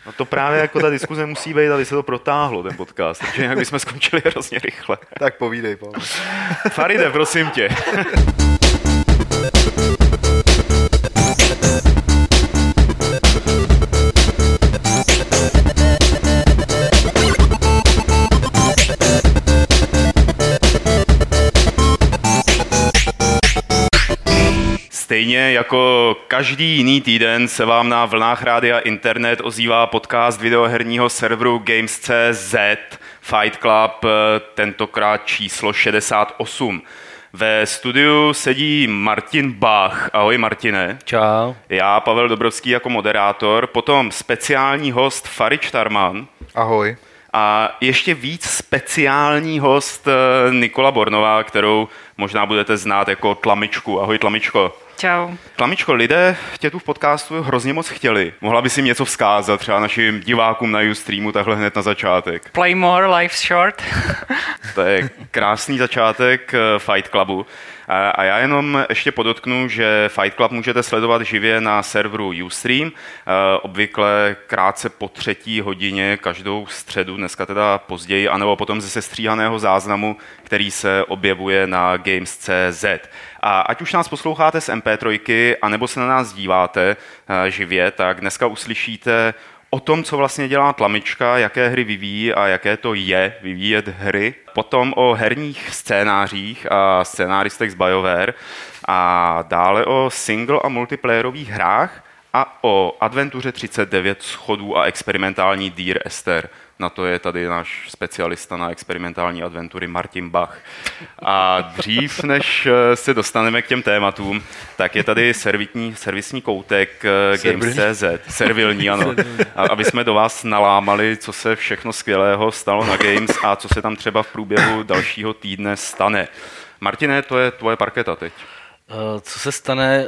No to právě jako ta diskuze musí být, aby se to protáhlo, ten podcast, protože jinak bychom skončili hrozně rychle. Tak povídej, Pavel. Faride, prosím tě. Stejně jako každý jiný týden se vám na vlnách Rádia Internet ozývá podcast videoherního serveru Games.cz Fight Club, tentokrát číslo 68. Ve studiu sedí Martin Bach. Ahoj Martine. Čau. Já, Pavel Dobrovský jako moderátor, potom speciální host Farid Štarman. Ahoj. A ještě víc speciální host Nikola Bornová, kterou možná budete znát jako Tlamičku. Ahoj Tlamičko. Čau. Tlamičko, lidé tě tu v podcastu hrozně moc chtěli. Mohla by si něco vzkázat třeba našim divákům na Ustreamu takhle hned na začátek? Play more, life's short. To je krásný začátek Fight Clubu. A já jenom ještě podotknu, že Fight Club můžete sledovat živě na serveru Ustream, obvykle krátce po 3. hodině každou středu, dneska teda později, anebo potom ze sestříhaného záznamu, který se objevuje na Games.cz. A ať už nás posloucháte z MP3, anebo se na nás díváte živě, tak dneska uslyšíte o tom, co vlastně dělá Tlamička, jaké hry vyvíjí a jaké to je vyvíjet hry. Potom o herních scénářích a scénáristech z BioWare a dále o single a multiplayerových hrách a o adventuře 39 schodů a experimentální Dear Esther. Na to je tady náš specialista na experimentální adventury Martin Bach. A dřív, než se dostaneme k těm tématům, tak je tady servisní koutek Games.cz. Servilní, ano. Aby jsme do vás nalámali, co se všechno skvělého stalo na Games a co se tam třeba v průběhu dalšího týdne stane. Martine, to je tvoje parketa teď. Co se stane,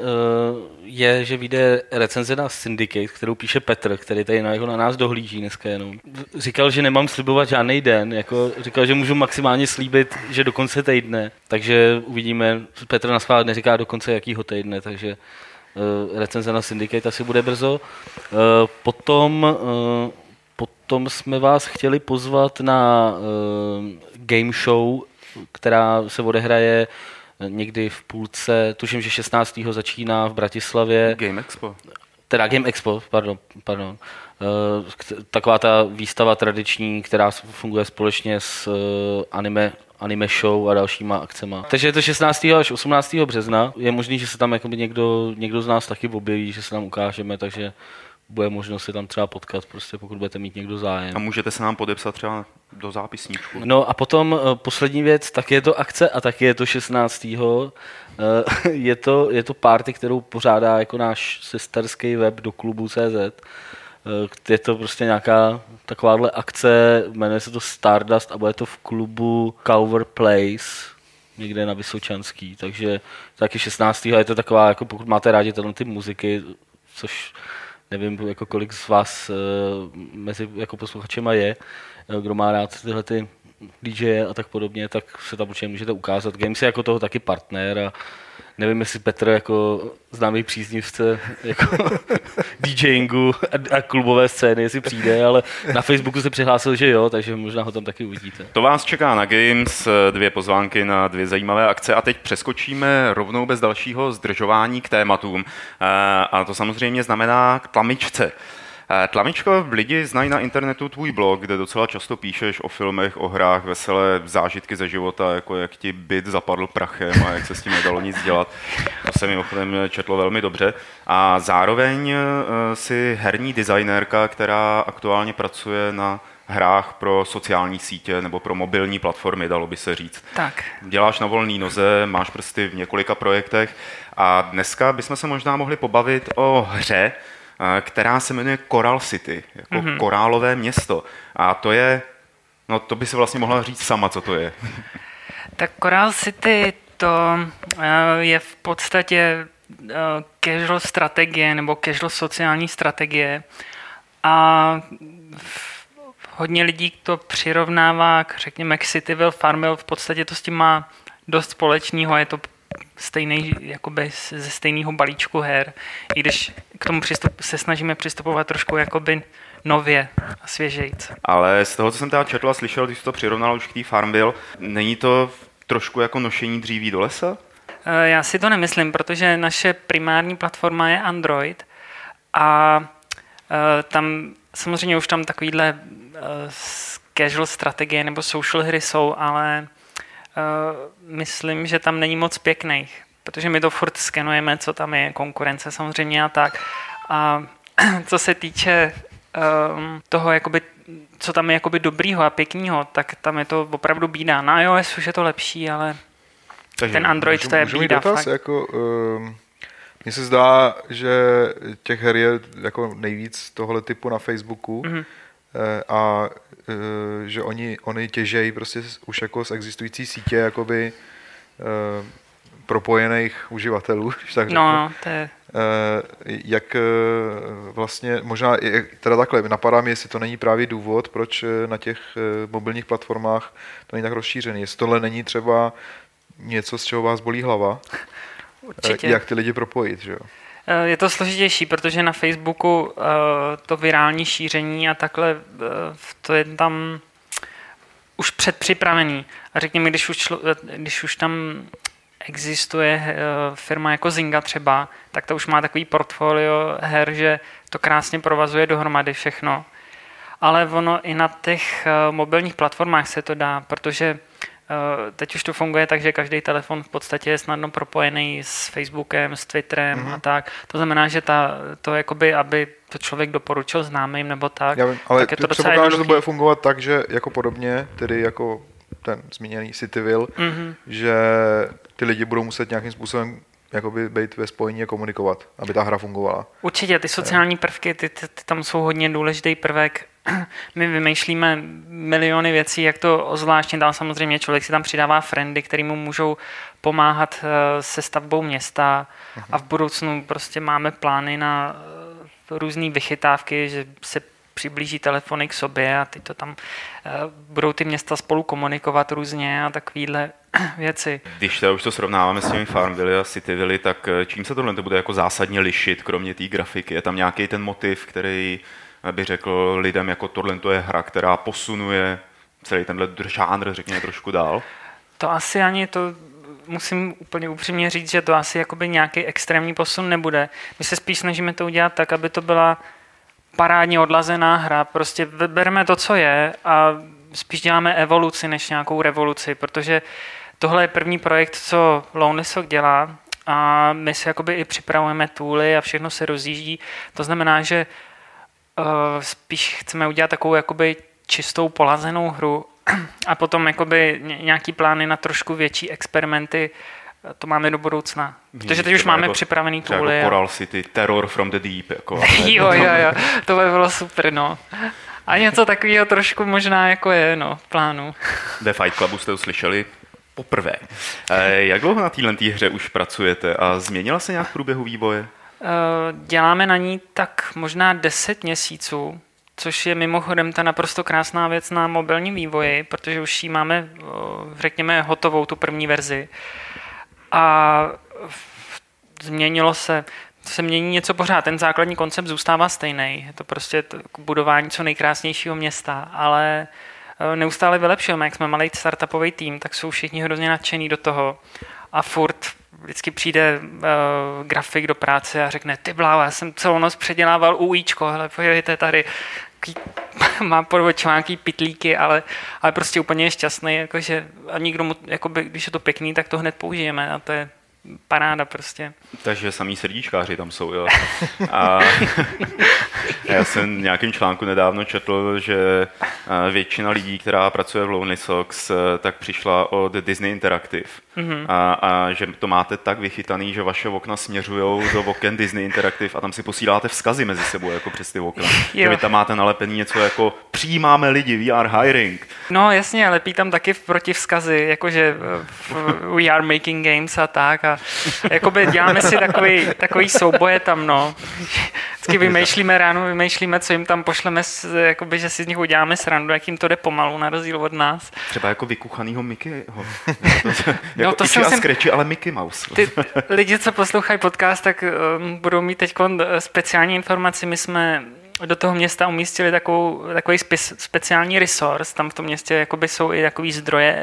je, že vyjde recenze na Syndicate, kterou píše Petr, který tady na nás dohlíží dneska jenom. Říkal, že nemám slibovat žádný den, jako říkal, že můžu maximálně slíbit, že do konce týdne, takže uvidíme. Petr na schvál neříká do konce jakýho týdne, takže recenze na Syndicate asi bude brzo. Potom jsme vás chtěli pozvat na game show, která se odehraje někdy v půlce, tuším, že 16. začíná v Bratislavě. Game Expo. Teda Game Expo, pardon. Taková ta výstava tradiční, která funguje společně s anime show a dalšíma akcema. Takže je to 16. až 18. března. Je možný, že se tam někdo z nás taky objeví, že se tam ukážeme, takže bude možnost se tam třeba potkat, prostě pokud budete mít někdo zájem. A můžete se nám podepsat třeba do zápisníčku. No a potom poslední věc, taky je to akce a taky je to 16. Je to party, kterou pořádá jako náš sesterský web do klubu CZ. Je to prostě nějaká takováhle akce, jmenuje se to Stardust a bude to v klubu Cover Place, někde na Vysočanský, takže taky 16. a je to taková, jako pokud máte rádi ty muziky, což nevím, jako kolik z vás mezi jako posluchačema je, kdo má rád tyhle ty DJ a tak podobně, tak se tam určitě můžete ukázat. Games je jako toho taky partner a nevím, jestli Petr jako známý příznivce jako DJingu a klubové scény, jestli přijde, ale na Facebooku se přihlásil, že jo, takže možná ho tam taky uvidíte. To vás čeká na Games, 2 pozvánky na 2 zajímavé akce a teď přeskočíme rovnou bez dalšího zdržování k tématům. A to samozřejmě znamená k Tlamičce. Tlamičko, lidi znají na internetu tvůj blog, kde docela často píšeš o filmech, o hrách, veselé zážitky ze života, jako jak ti byt zapadl prachem a jak se s tím nedalo nic dělat. To se mimochodem četlo velmi dobře. A zároveň si herní designérka, která aktuálně pracuje na hrách pro sociální sítě nebo pro mobilní platformy, dalo by se říct. Tak. Děláš na volný noze, máš prsty v několika projektech a dneska bychom se možná mohli pobavit o hře, která se jmenuje Coral City, jako korálové město. A to je, no to by si vlastně mohla říct sama, co to je. Tak Coral City to je v podstatě casual strategie nebo casual sociální strategie a hodně lidí to přirovnává řekněme k Cityville, Farmville, v podstatě to s tím má dost společného, je to stejný, jakoby ze stejného balíčku her, i když k tomu se snažíme přistupovat trošku jakoby nově a svěžejc. Ale z toho, co jsem teda četl a slyšel, když jsi to přirovnal už k té Farmville, není to trošku jako nošení dříví do lesa? Já si to nemyslím, protože naše primární platforma je Android a tam samozřejmě už tam takovýhle casual strategie nebo social hry jsou, ale myslím, že tam není moc pěkných, protože my to furt skenujeme, co tam je, konkurence samozřejmě a tak. A co se týče toho, jakoby, co tam je jakoby dobrýho a pěknýho, tak tam je to opravdu bída. Na iOS už je to lepší, ale takže ten Android to je bída. Dotaz, jako, mně se zdá, že těch her je jako nejvíc tohle typu na Facebooku a že oni těžejí prostě už jako z existující sítě jakoby propojených uživatelů. Tak no, to je... Jak vlastně, možná teda takhle, napadá mě, jestli to není právě důvod, proč na těch mobilních platformách to není tak rozšířený. Jestli tohle není třeba něco, z čeho vás bolí hlava, určitě. Jak ty lidi propojit, že jo? Je to složitější, protože na Facebooku to virální šíření a takhle, to je tam už předpřipravený. A řekněme, když už tam existuje firma jako Zynga třeba, tak to už má takový portfolio her, že to krásně provazuje dohromady všechno. Ale ono i na těch mobilních platformách se to dá, protože teď už to funguje tak, že každý telefon v podstatě je snadno propojený s Facebookem, s Twitterem a tak. To znamená, že to jakoby, aby to člověk doporučil známým nebo tak, ale tak je to docela jednoduchý. Že to bude fungovat tak, že jako podobně, tedy jako ten zmíněný Cityville, že ty lidi budou muset nějakým způsobem jakoby být ve spojení a komunikovat, aby ta hra fungovala. Určitě, ty sociální prvky, ty tam jsou hodně důležitý prvek. My vymýšlíme miliony věcí, jak to ozvláštnit, dál samozřejmě člověk si tam přidává friendy, který mu můžou pomáhat se stavbou města a v budoucnu prostě máme plány na různé vychytávky, že se přiblíží telefony k sobě a teď to tam budou ty města spolu komunikovat různě a takovýhle věci. Když už to srovnáváme s těmi Farmville a Cityville, tak čím se tohle bude jako zásadně lišit, kromě té grafiky? Je tam nějaký ten motiv, který by řekl lidem, jako tohle je hra, která posunuje celý tenhle žánr, řekněme, trošku dál? To asi ani to musím úplně upřímně říct, že to asi jakoby nějaký extrémní posun nebude. My se spíš snažíme to udělat tak, aby to byla parádně odlazená hra. Prostě bereme to, co je a spíš děláme evoluci než nějakou revoluci, protože tohle je první projekt, co Lonely Sock dělá a my si jakoby i připravujeme tooly a všechno se rozjíždí. To znamená, že spíš chceme udělat takovou jakoby čistou polazenou hru a potom jakoby nějaký plány na trošku větší experimenty, to máme do budoucna. Protože teď už máme jako, připravený tooly. Jako Coral City, Terror from the Deep. Jako, jo, to by bylo super, no. A něco takového trošku možná jako je, no, v plánu. Ve Fight Clubu jste to slyšeli poprvé. Jak dlouho na této hře už pracujete a změnila se nějak v průběhu vývoje? Děláme na ní tak možná 10 měsíců, což je mimochodem ta naprosto krásná věc na mobilním vývoji, protože už ji máme, řekněme, hotovou, tu první verzi. A změnilo se mění něco pořád, ten základní koncept zůstává stejný. Je to prostě budování co nejkrásnějšího města, ale neustále vylepšujeme, jak jsme malý startupový tým, tak jsou všichni hrozně nadšený do toho a furt vždycky přijde grafik do práce a řekne, ty bláho, já jsem celou noc předělával UIčko, hele, pojďte tady, má pod očima nějaký pitlíky, ale prostě úplně je šťastný, jakože, a nikdo mu, jakoby, když je to pěkný, tak to hned použijeme a to je paráda prostě. Takže samý srdíčkáři tam jsou, jo. A já jsem v nějakém článku nedávno četl, že většina lidí, která pracuje v Lonely Socks, tak přišla od Disney Interactive. Mm-hmm. A že to máte tak vychytaný, že vaše okna směřujou do oken Disney Interactive a tam si posíláte vzkazy mezi sebou jako přes ty okna. Že vy tam máte nalepený něco jako přijímáme lidi, we are hiring. No jasně, lepí tam taky protivzkazy, jakože we are making games a tak. A jakoby děláme si takový souboje tam, no. Vždycky vymýšlíme, co jim tam pošleme, jakoby, že si z nich uděláme srandu, jak jim to jde pomalu, na rozdíl od nás. Třeba jako vykuchanýho Mickeyho. No, to jsem Scratchy, ale Mickey Mouse. Ty lidi, co poslouchají podcast, tak budou mít teď speciální informaci. My jsme do toho města umístili takový speciální resource. Tam v tom městě jakoby jsou i takový zdroje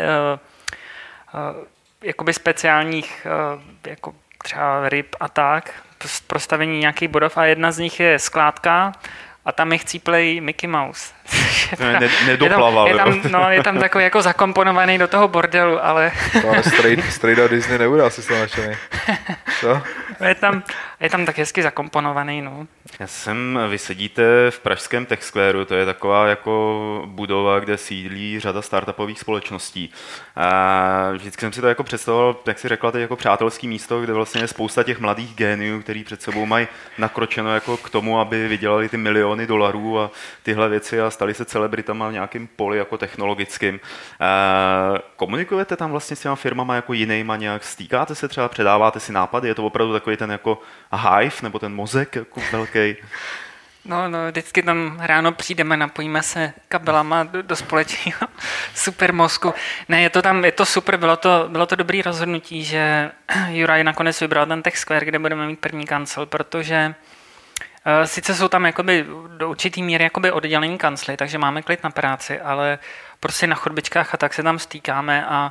jakoby speciálních jako třeba ryb a tak, pro stavění nějakých budov a jedna z nich je skládka a tam je chcíplej Mickey Mouse. Nedoplaval. Je tam takový jako zakomponovaný do toho bordelu, ale... To ale strejda Disney nebude asi z toho nadšený. Co? Je tam tak hezky zakomponovaný, no. Vy sedíte v pražském Tech Squareu, to je taková jako budova, kde sídlí řada startupových společností. A vždycky jsem si to jako představoval, jak si řekla, teď jako přátelský místo, kde vlastně je spousta těch mladých géniů, který před sebou mají nakročeno jako k tomu, aby vydělali ty miliony dolarů a tyhle věci a stali se celebritama v nějakém poli jako technologickým. Komunikujete tam vlastně s těma firmama jako jinýma nějak? Stýkáte se třeba, předáváte si nápady? Je to opravdu takový ten jako hive nebo ten mozek jako velký? No, vždycky tam ráno přijdeme, napojíme se kabelama do společného supermozku. Ne, je to super, bylo to dobrý rozhodnutí, že Juraj nakonec vybral ten Tech Square, kde budeme mít první kancel, protože sice jsou tam jakoby do určitý míry jakoby oddělení kancly, takže máme klid na práci, ale prostě na chodbičkách a tak se tam stýkáme a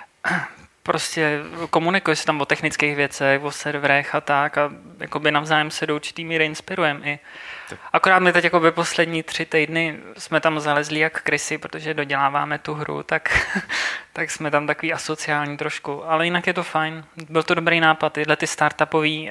prostě komunikuje se tam o technických věcech, o serverech a tak a jakoby navzájem se do určitý míry inspirujeme. Akorát my teď jakoby poslední 3 týdny jsme tam zalezli jak krysy, protože doděláváme tu hru, tak jsme tam takový asociální trošku, ale jinak je to fajn. Byl to dobrý nápad, tyhle ty startupový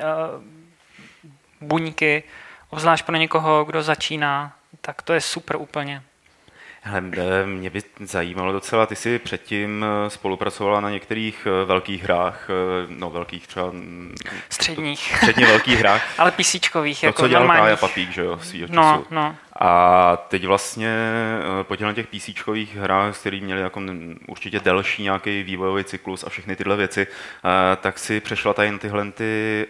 buňky, obzvlášť pro někoho, kdo začíná, tak to je super úplně. Hele, mě by zajímalo docela, ty jsi předtím spolupracovala na některých velkých hrách, no velkých třeba... Středních. Středně velkých hrách. Ale PCčkových, to, jako co dělal normálních. Kája Papík, že jo, svýho času. No. A teď vlastně po těch PCčkových hrách, které měly jako určitě delší nějaký vývojový cyklus a všechny tyhle věci, tak si přešla tady tyhle ty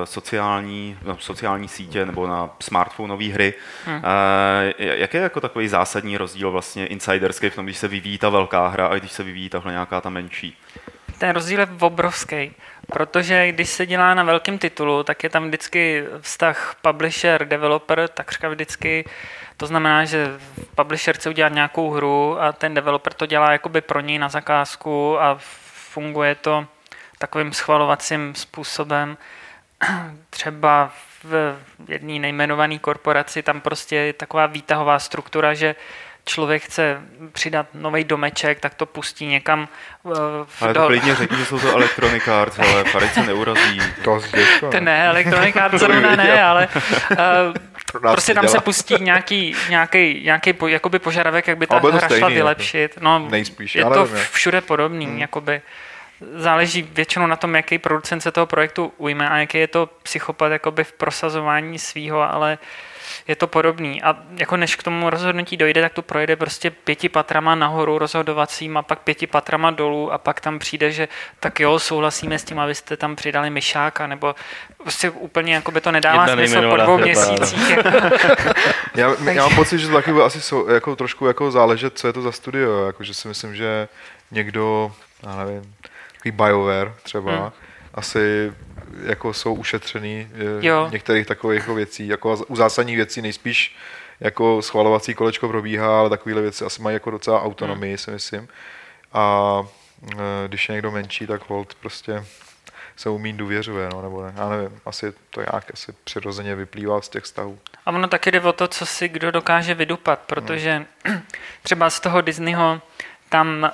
sociální sítě nebo na smartphoneové hry. Jaký je jako takový zásadní rozdíl vlastně insiderský v tom, když se vyvíjí ta velká hra a když se vyvíjí tahle nějaká ta menší? Ten rozdíl je obrovský, protože když se dělá na velkém titulu, tak je tam vždycky vztah publisher-developer, takřka vždycky. To znamená, že publisher chce udělat nějakou hru a ten developer to dělá jakoby pro něj na zakázku a funguje to takovým schvalovacím způsobem. Třeba v jedné nejmenované korporaci tam prostě je taková výtahová struktura, že člověk chce přidat nový domeček, tak to pustí někam. Ale to klidně řekni, že jsou to Electronic Arts, ale Farid se neurazí. To ne, Electronic Arts zrovna ne, ale prostě tam se pustí nějaký jakoby požadavek, jak by ta hra šla vylepšit. No, nejspíš, je to všude podobný, jakoby. Záleží většinou na tom, jaký producent se toho projektu ujme a jaký je to psychopat jakoby v prosazování svýho, ale je to podobný. A jako než k tomu rozhodnutí dojde, tak to projde prostě 5 patrama nahoru rozhodovacím a pak 5 patrama dolů a pak tam přijde, že tak jo, souhlasíme s tím, abyste tam přidali myšáka, nebo prostě úplně jako by to nedává smysl po 2 měsících. Já mám pocit, že to taky bude asi jako trošku jako záležet, co je to za studio, jako, že si myslím, že někdo, já nevím, takový BioWare třeba, asi jako jsou ušetřený některých takových jako věcí, jako u zásadních věcí nejspíš jako schvalovací kolečko probíhá, ale takovéhle věci asi mají jako docela autonomii, si myslím. A když je někdo menší, tak hold prostě se umí důvěřuje, no, nebo ne, já nevím, asi to nějak asi přirozeně vyplývá z těch vztahů. A ono taky jde o to, co si kdo dokáže vydupat, protože třeba z toho Disneyho tam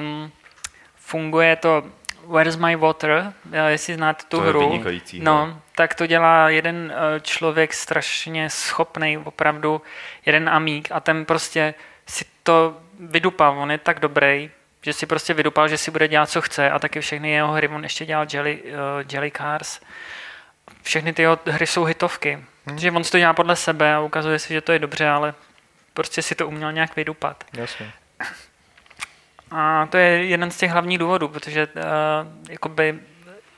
funguje to Where's My Water, jestli znáte tu hru, tak to dělá jeden člověk strašně schopný, opravdu jeden amík a ten prostě si to vydupal, on je tak dobrý, že si prostě vydupal, že si bude dělat, co chce a taky všechny jeho hry, on ještě dělal Jelly Cars, všechny ty jeho hry jsou hitovky, že on si to dělá podle sebe a ukazuje si, že to je dobře, ale prostě si to uměl nějak vydupat. Jasně. A to je jeden z těch hlavních důvodů, protože jakoby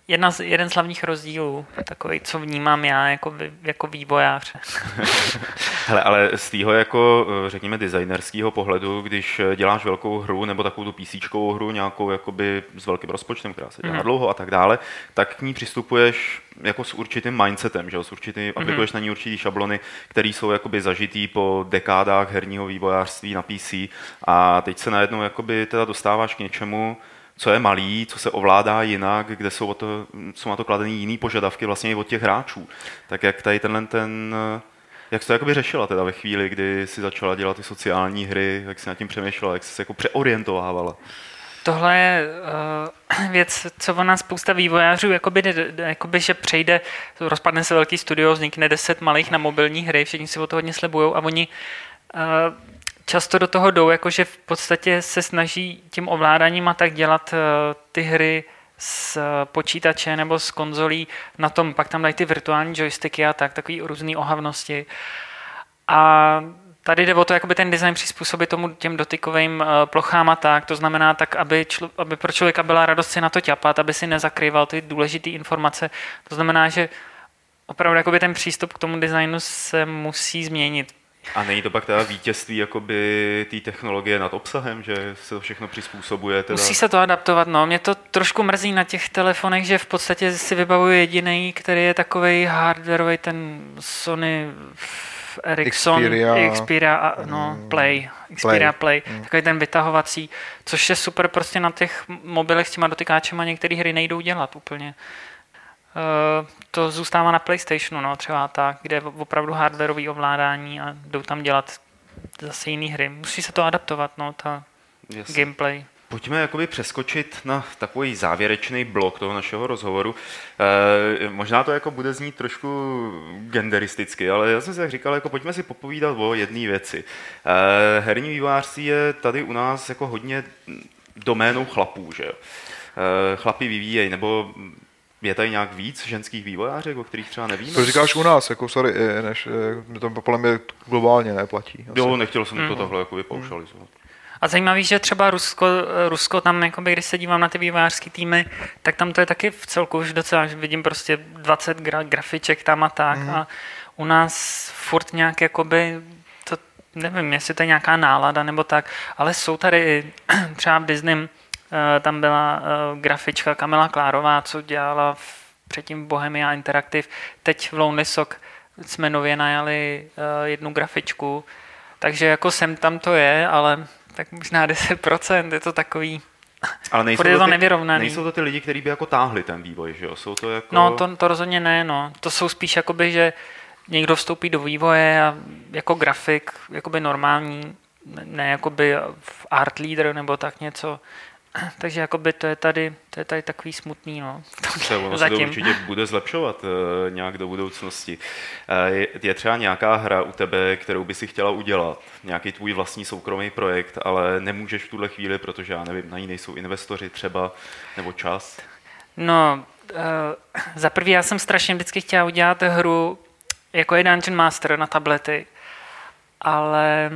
jeden z hlavních rozdílů, takový, co vnímám já jako vývojář. Hele, ale z tého jako, řekněme, designerského pohledu, když děláš velkou hru nebo takovou tu PCčkovou hru, nějakou jakoby s velkým rozpočtem, která se dělá dlouho a tak dále, tak k ní přistupuješ jako s určitým mindsetem, že? Aplikuješ na ní určitý šablony, které jsou jakoby zažitý po dekádách herního vývojářství na PC a teď se najednou jakoby teda dostáváš k něčemu, co je malý, co se ovládá jinak, kde jsou na to kladený jiný požadavky vlastně i od těch hráčů. Tak jak tady jak jsi to jakoby řešila teda ve chvíli, kdy si začala dělat ty sociální hry, jak jsi nad tím přemýšlela, jak jsi se jako přeorientovávala? Tohle je věc, co ona spousta vývojářů, jakoby, že přejde, rozpadne se velký studio, vznikne 10 malých na mobilní hry, všichni si o to hodně slibujou a oni často do toho jdou, jakože v podstatě se snaží tím ovládáním a tak dělat ty hry z počítače nebo z konzolí na tom, pak tam dají ty virtuální joysticky a tak, takový různý ohavnosti. A tady jde o to, jakoby ten design přizpůsobit tomu těm dotykovým plochám a tak, to znamená tak, aby pro člověka byla radost si na to ťapat, aby si nezakrýval ty důležité informace. To znamená, že opravdu jakoby ten přístup k tomu designu se musí změnit. A není to pak teda vítězství jakoby té technologie nad obsahem, že se to všechno přizpůsobuje? Teda... Musí se to adaptovat, no. Mě to trošku mrzí na těch telefonech, že v podstatě si vybavuji jediný, který je takovej hardwareový, ten Sony Ericsson, Xperia Play. Takový ten vytahovací, což je super, prostě na těch mobilech s těma dotykáčema některé hry nejdou dělat úplně. To zůstává na PlayStationu, no, třeba tak, kde je opravdu hardwareový ovládání a jdou tam dělat zase jiné hry. Musí se to adaptovat, no, ta gameplay. Pojďme jakoby přeskočit na takový závěrečný blok toho našeho rozhovoru. Možná to jako bude znít trošku genderisticky, ale já jsem si tak říkal, jako pojďme si popovídat o jedné věci. Herní vývojářství je tady u nás jako hodně doménou chlapů, že jo? Chlapi vyvíjejí, nebo je tady nějak víc ženských vývojářek, o kterých třeba nevíme? To říkáš u nás, jako sorry, než to podle mě globálně neplatí. Jo, nechtěl jsem to takhle jako vypaušalizovat. A zajímavý, že třeba Rusko tam, jakoby, když se dívám na ty vývojářské týmy, tak tam to je taky v celku už docela, že vidím prostě 20 grafiček tam a tak. A u nás furt nějak, jakoby, to nevím, jestli to je nějaká nálada nebo tak, ale jsou tady třeba v Disney, tam byla grafička Kamila Klárová, co dělala předtím v Bohemia Interactive. Teď v Lonely Sock jsme nově najali jednu grafičku, takže jako sem tam to je, ale tak možná 10%, je to takový, ale nejsou to nevyrovnaný. Nejsou to ty lidi, kteří by jako táhli ten vývoj, že jo? Jsou to jako... No, to rozhodně ne, no. To jsou spíš jakoby, že někdo vstoupí do vývoje a jako grafik, jakoby normální, ne jakoby art leader nebo tak něco. Takže jakoby to je tady takový smutný, no. Ono se to určitě bude zlepšovat nějak do budoucnosti. Je třeba nějaká hra u tebe, kterou by si chtěla udělat? Nějaký tvůj vlastní soukromý projekt, ale nemůžeš v tuhle chvíli, protože já nevím, na ní nejsou investoři třeba, nebo čas? No, za prvý já jsem strašně vždycky chtěla udělat hru, jako je Dungeon Master na tablety, ale...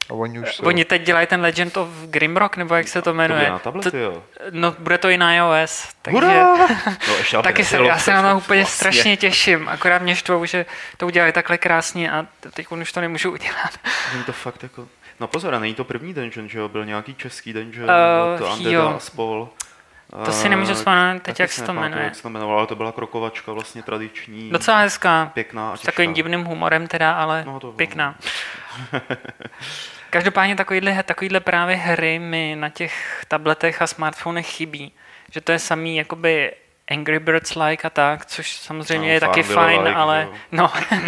Oni teď dělají ten Legend of Grimrock, nebo jak se to jmenuje. To bude na tablety, jo? No, bude to i na iOS. Takže no, taky já se na to úplně strašně těším. Akorát mě štvou, že to udělali takhle krásně a teď už to nemůžu udělat. Není to fakt jako... No pozor, a není to první dungeon, že jo? Byl nějaký český dungeon, to Undead a spol. To si nemůžu vzpomenout teď, jak se to jmenuje. Jak se to jmenovalo, ale to byla krokovačka vlastně tradiční. Docela hezká. Pěkná a s takovým divným humorem teda, ale pěkná. Každopádně takovýhle právě hry mi na těch tabletech a smartfonech chybí. Že to je samý jakoby Angry Birds-like a tak, což samozřejmě je taky fajn, ale... No.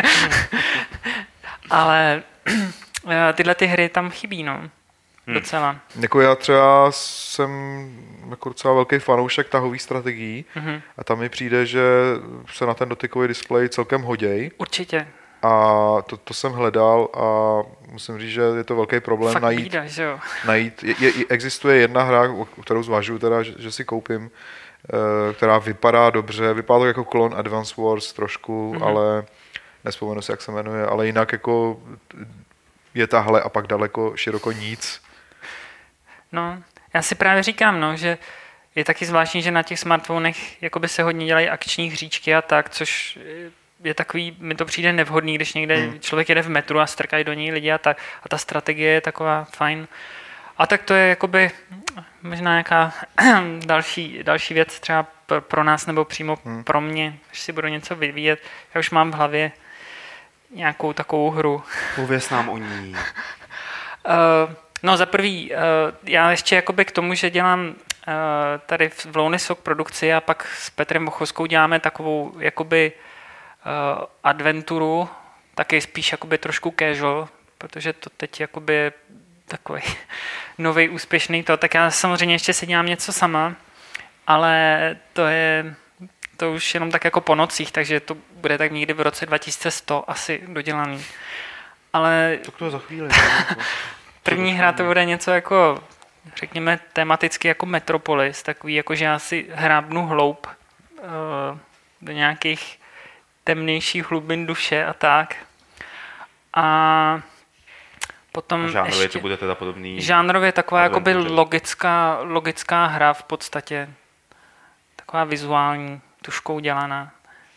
Ale tyhle ty hry tam chybí, no. Docela. Jako já třeba jsem jako docela velký fanoušek tahových strategií a tam mi přijde, že se na ten dotykový displej celkem hoděj. Určitě. A to jsem hledal a musím říct, že je to velký problém fakt najít. Bída, že jo? Existuje jedna hra, kterou zvažuji teda, že si koupím, která vypadá dobře, vypadá to jako klon Advance Wars trošku, ale nevzpomenu si, jak se jmenuje, ale jinak jako je tahle a pak daleko široko nic. No, já si právě říkám, no, že je taky zvláštní, že na těch smartfonech jakoby se hodně dělají akční hříčky a tak, což je takový, mi to přijde nevhodný, když někde člověk jede v metru a strkají do něj lidi a tak. A ta strategie je taková fajn. A tak to je jakoby možná nějaká další věc třeba pro nás nebo přímo pro mě, až si budu něco vyvíjet. Já už mám v hlavě nějakou takovou hru. Pověz nám o ní. No za prvý, já ještě jakoby k tomu, že dělám tady v Lonely Sock produkci a pak s Petrem Ochoskou děláme takovou jakoby adventuru, taky spíš jakoby trošku casual, protože to teď jakoby je takový nový úspěšný to, tak já samozřejmě ještě si dělám něco sama, ale to už jenom tak jako po nocích, takže to bude tak někdy v roce 2100 asi dodělaný. Ale Tak to je za chvíli. první hra to bude něco jako, řekněme, tematicky jako Metropolis, takový jako, že já si hrábnu hloub do nějakých temnějších hlubin duše a tak. A potom a žánrově ještě, to bude teda podobný? Žánrově taková jakoby logická hra v podstatě. Taková vizuální, tuškou dělaná.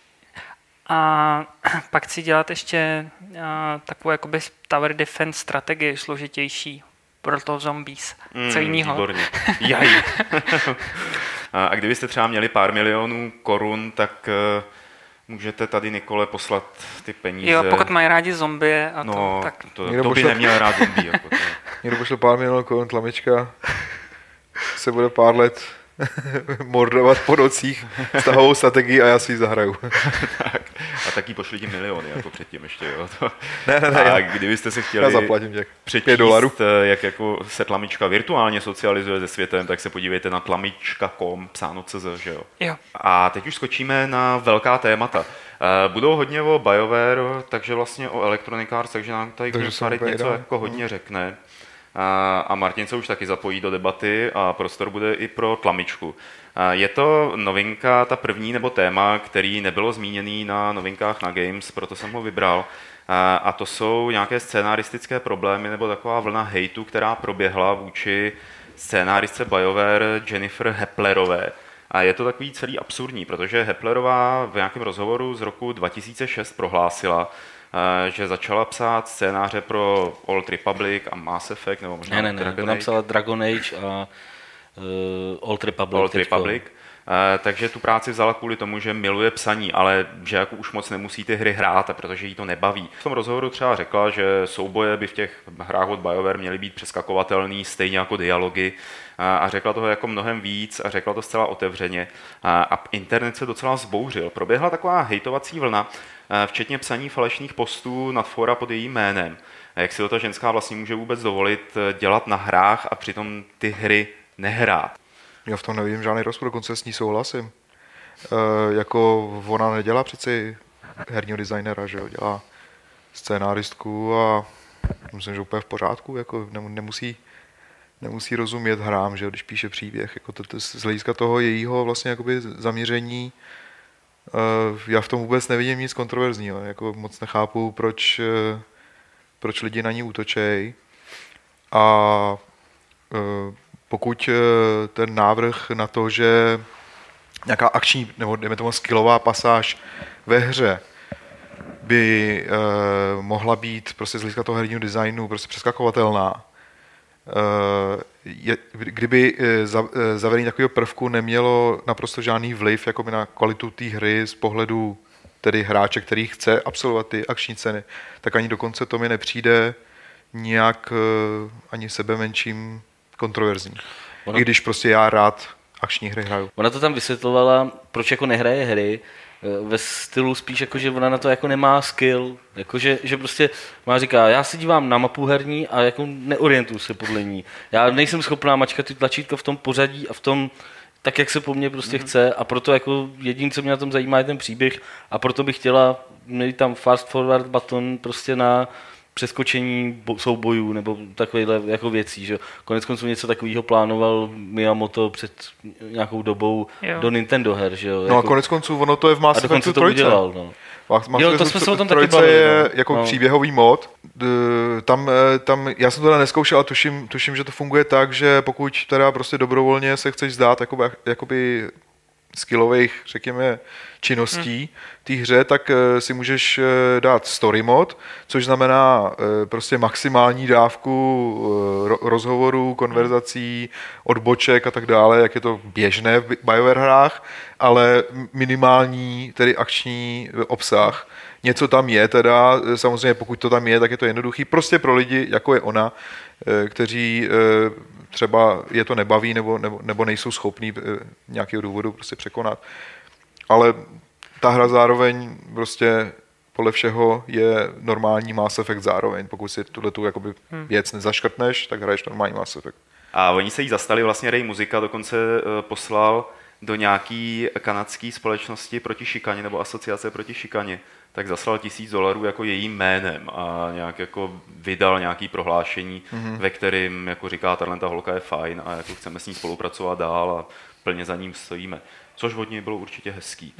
A pak chci dělat ještě takovou jakoby tower defense strategii složitější pro zombies. Co jinýho? Výborně. Jaj. A kdybyste třeba měli pár milionů korun, tak můžete tady Nikole poslat ty peníze. Jo, pokud mají rádi zombie a no, tak. To by neměl rád zombie. Jako někdo pošle pár milionů korun, tlamička se bude pár let mordovat po nocích s tahovou strategií a já si ji zahraju. Tak. A taky pošli ti miliony, jako předtím ještě, jo. Ne, a kdybyste si chtěli já zaplatím těch přečíst, $5, jak jako se tlamička virtuálně socializuje se světem, tak se podívejte na tlamička.com, psáno CZ, že jo. Jo. A teď už skočíme na velká témata. Budou hodně o BioWare, takže vlastně o Electronic Arts, takže nám tady Farid něco jako hodně řekne. A Martin se už taky zapojí do debaty a prostor bude i pro tlamičku. Je to novinka, ta první nebo téma, který nebylo zmíněný na novinkách na Games, proto jsem ho vybral. A to jsou nějaké scénaristické problémy nebo taková vlna hejtu, která proběhla vůči scénáristce BioWare Jennifer Heplerové. A je to takový celý absurdní, protože Heplerová v nějakém rozhovoru z roku 2006 prohlásila, že začala psát scénáře pro Old Republic a Mass Effect, nebo možná Ne, ona psala Dragon Age a Old Republic. Takže tu práci vzala kvůli tomu, že miluje psaní, ale že jako už moc nemusí ty hry hrát, protože jí to nebaví. V tom rozhovoru třeba řekla, že souboje by v těch hrách od BioWare měly být přeskakovatelný, stejně jako dialogy, a řekla toho jako mnohem víc a řekla to zcela otevřeně. A internet se docela vzbouřil. Proběhla taková hejtovací vlna, včetně psaní falešných postů nad fora pod jejím jménem. Jak si to ta ženská vlastně může vůbec dovolit dělat na hrách a přitom ty hry nehrát? Já v tom nevidím žádný rozpor, dokonce s ní souhlasím. Jako ona nedělá přeci herního designera, že jo, dělá scénáristku a myslím, že úplně v pořádku, jako nemusí rozumět hrám, že jo, když píše příběh, jako to z hlediska toho jejího vlastně jakoby zaměření, já v tom vůbec nevidím nic kontroverzního, jako moc nechápu, proč lidi na ní útočejí a pokud ten návrh na to, že nějaká akční nebo dejme tomu skillová pasáž ve hře by mohla být prostě z hlediska toho herního designu prostě přeskakovatelná, kdyby zavedení takového prvku nemělo naprosto žádný vliv jakoby na kvalitu té hry z pohledu tedy hráče, který chce absolvovat ty akční scény, tak ani dokonce to mi nepřijde nějak ani sebe menším kontroverzní. I když prostě já rád akční hry hraju. Ona to tam vysvětlovala, proč jako nehraje hry, ve stylu spíš jako, že ona na to jako nemá skill, jako že prostě má říká, já si dívám na mapu herní a jako neorientuju se podle ní. Já nejsem schopná mačkat ty tlačítka v tom pořadí a v tom tak, jak se po mně prostě chce a proto jako jediné, co mě na tom zajímá, je ten příběh a proto bych chtěla mít tam fast forward button prostě na přeskočení soubojů nebo takovýhle jako věcí, že konec konců něco takového plánoval Miyamoto před nějakou dobou do Nintendo her, že jo. No a konec konců ono to je v Mass Effectu 3. Udělal, no. Jo, to jsme se o tom taky bavili. Je jako příběhový mod. Tam, já jsem to neskoušel a tuším, že to funguje tak, že pokud teda prostě dobrovolně se chceš zdát jakoby skillových, řekněme, činností té hře, tak si můžeš dát story mod, což znamená prostě maximální dávku rozhovorů, konverzací, odboček a tak dále, jak je to běžné v BioWare hrách, ale minimální, tedy akční obsah. Něco tam je teda, samozřejmě pokud to tam je, tak je to jednoduchý, prostě pro lidi, jako je ona, kteří třeba je to nebaví nebo nejsou schopní nějakého důvodu prostě překonat. Ale ta hra zároveň prostě podle všeho je normální Mass Effect zároveň. Pokud si tuhletu jakoby věc nezaškrtneš, tak hraješ normální Mass Effect. A oni se jí zastali, vlastně Ray Muzika dokonce poslal do nějaký kanadské společnosti proti šikaně nebo asociace proti šikaně, tak zaslal $1000 jako jejím jménem a nějak jako vydal nějaký prohlášení, ve kterém jako říká, tato holka je fajn a jako chceme s ní spolupracovat dál a plně za ním stojíme. Což od něj bylo určitě hezký.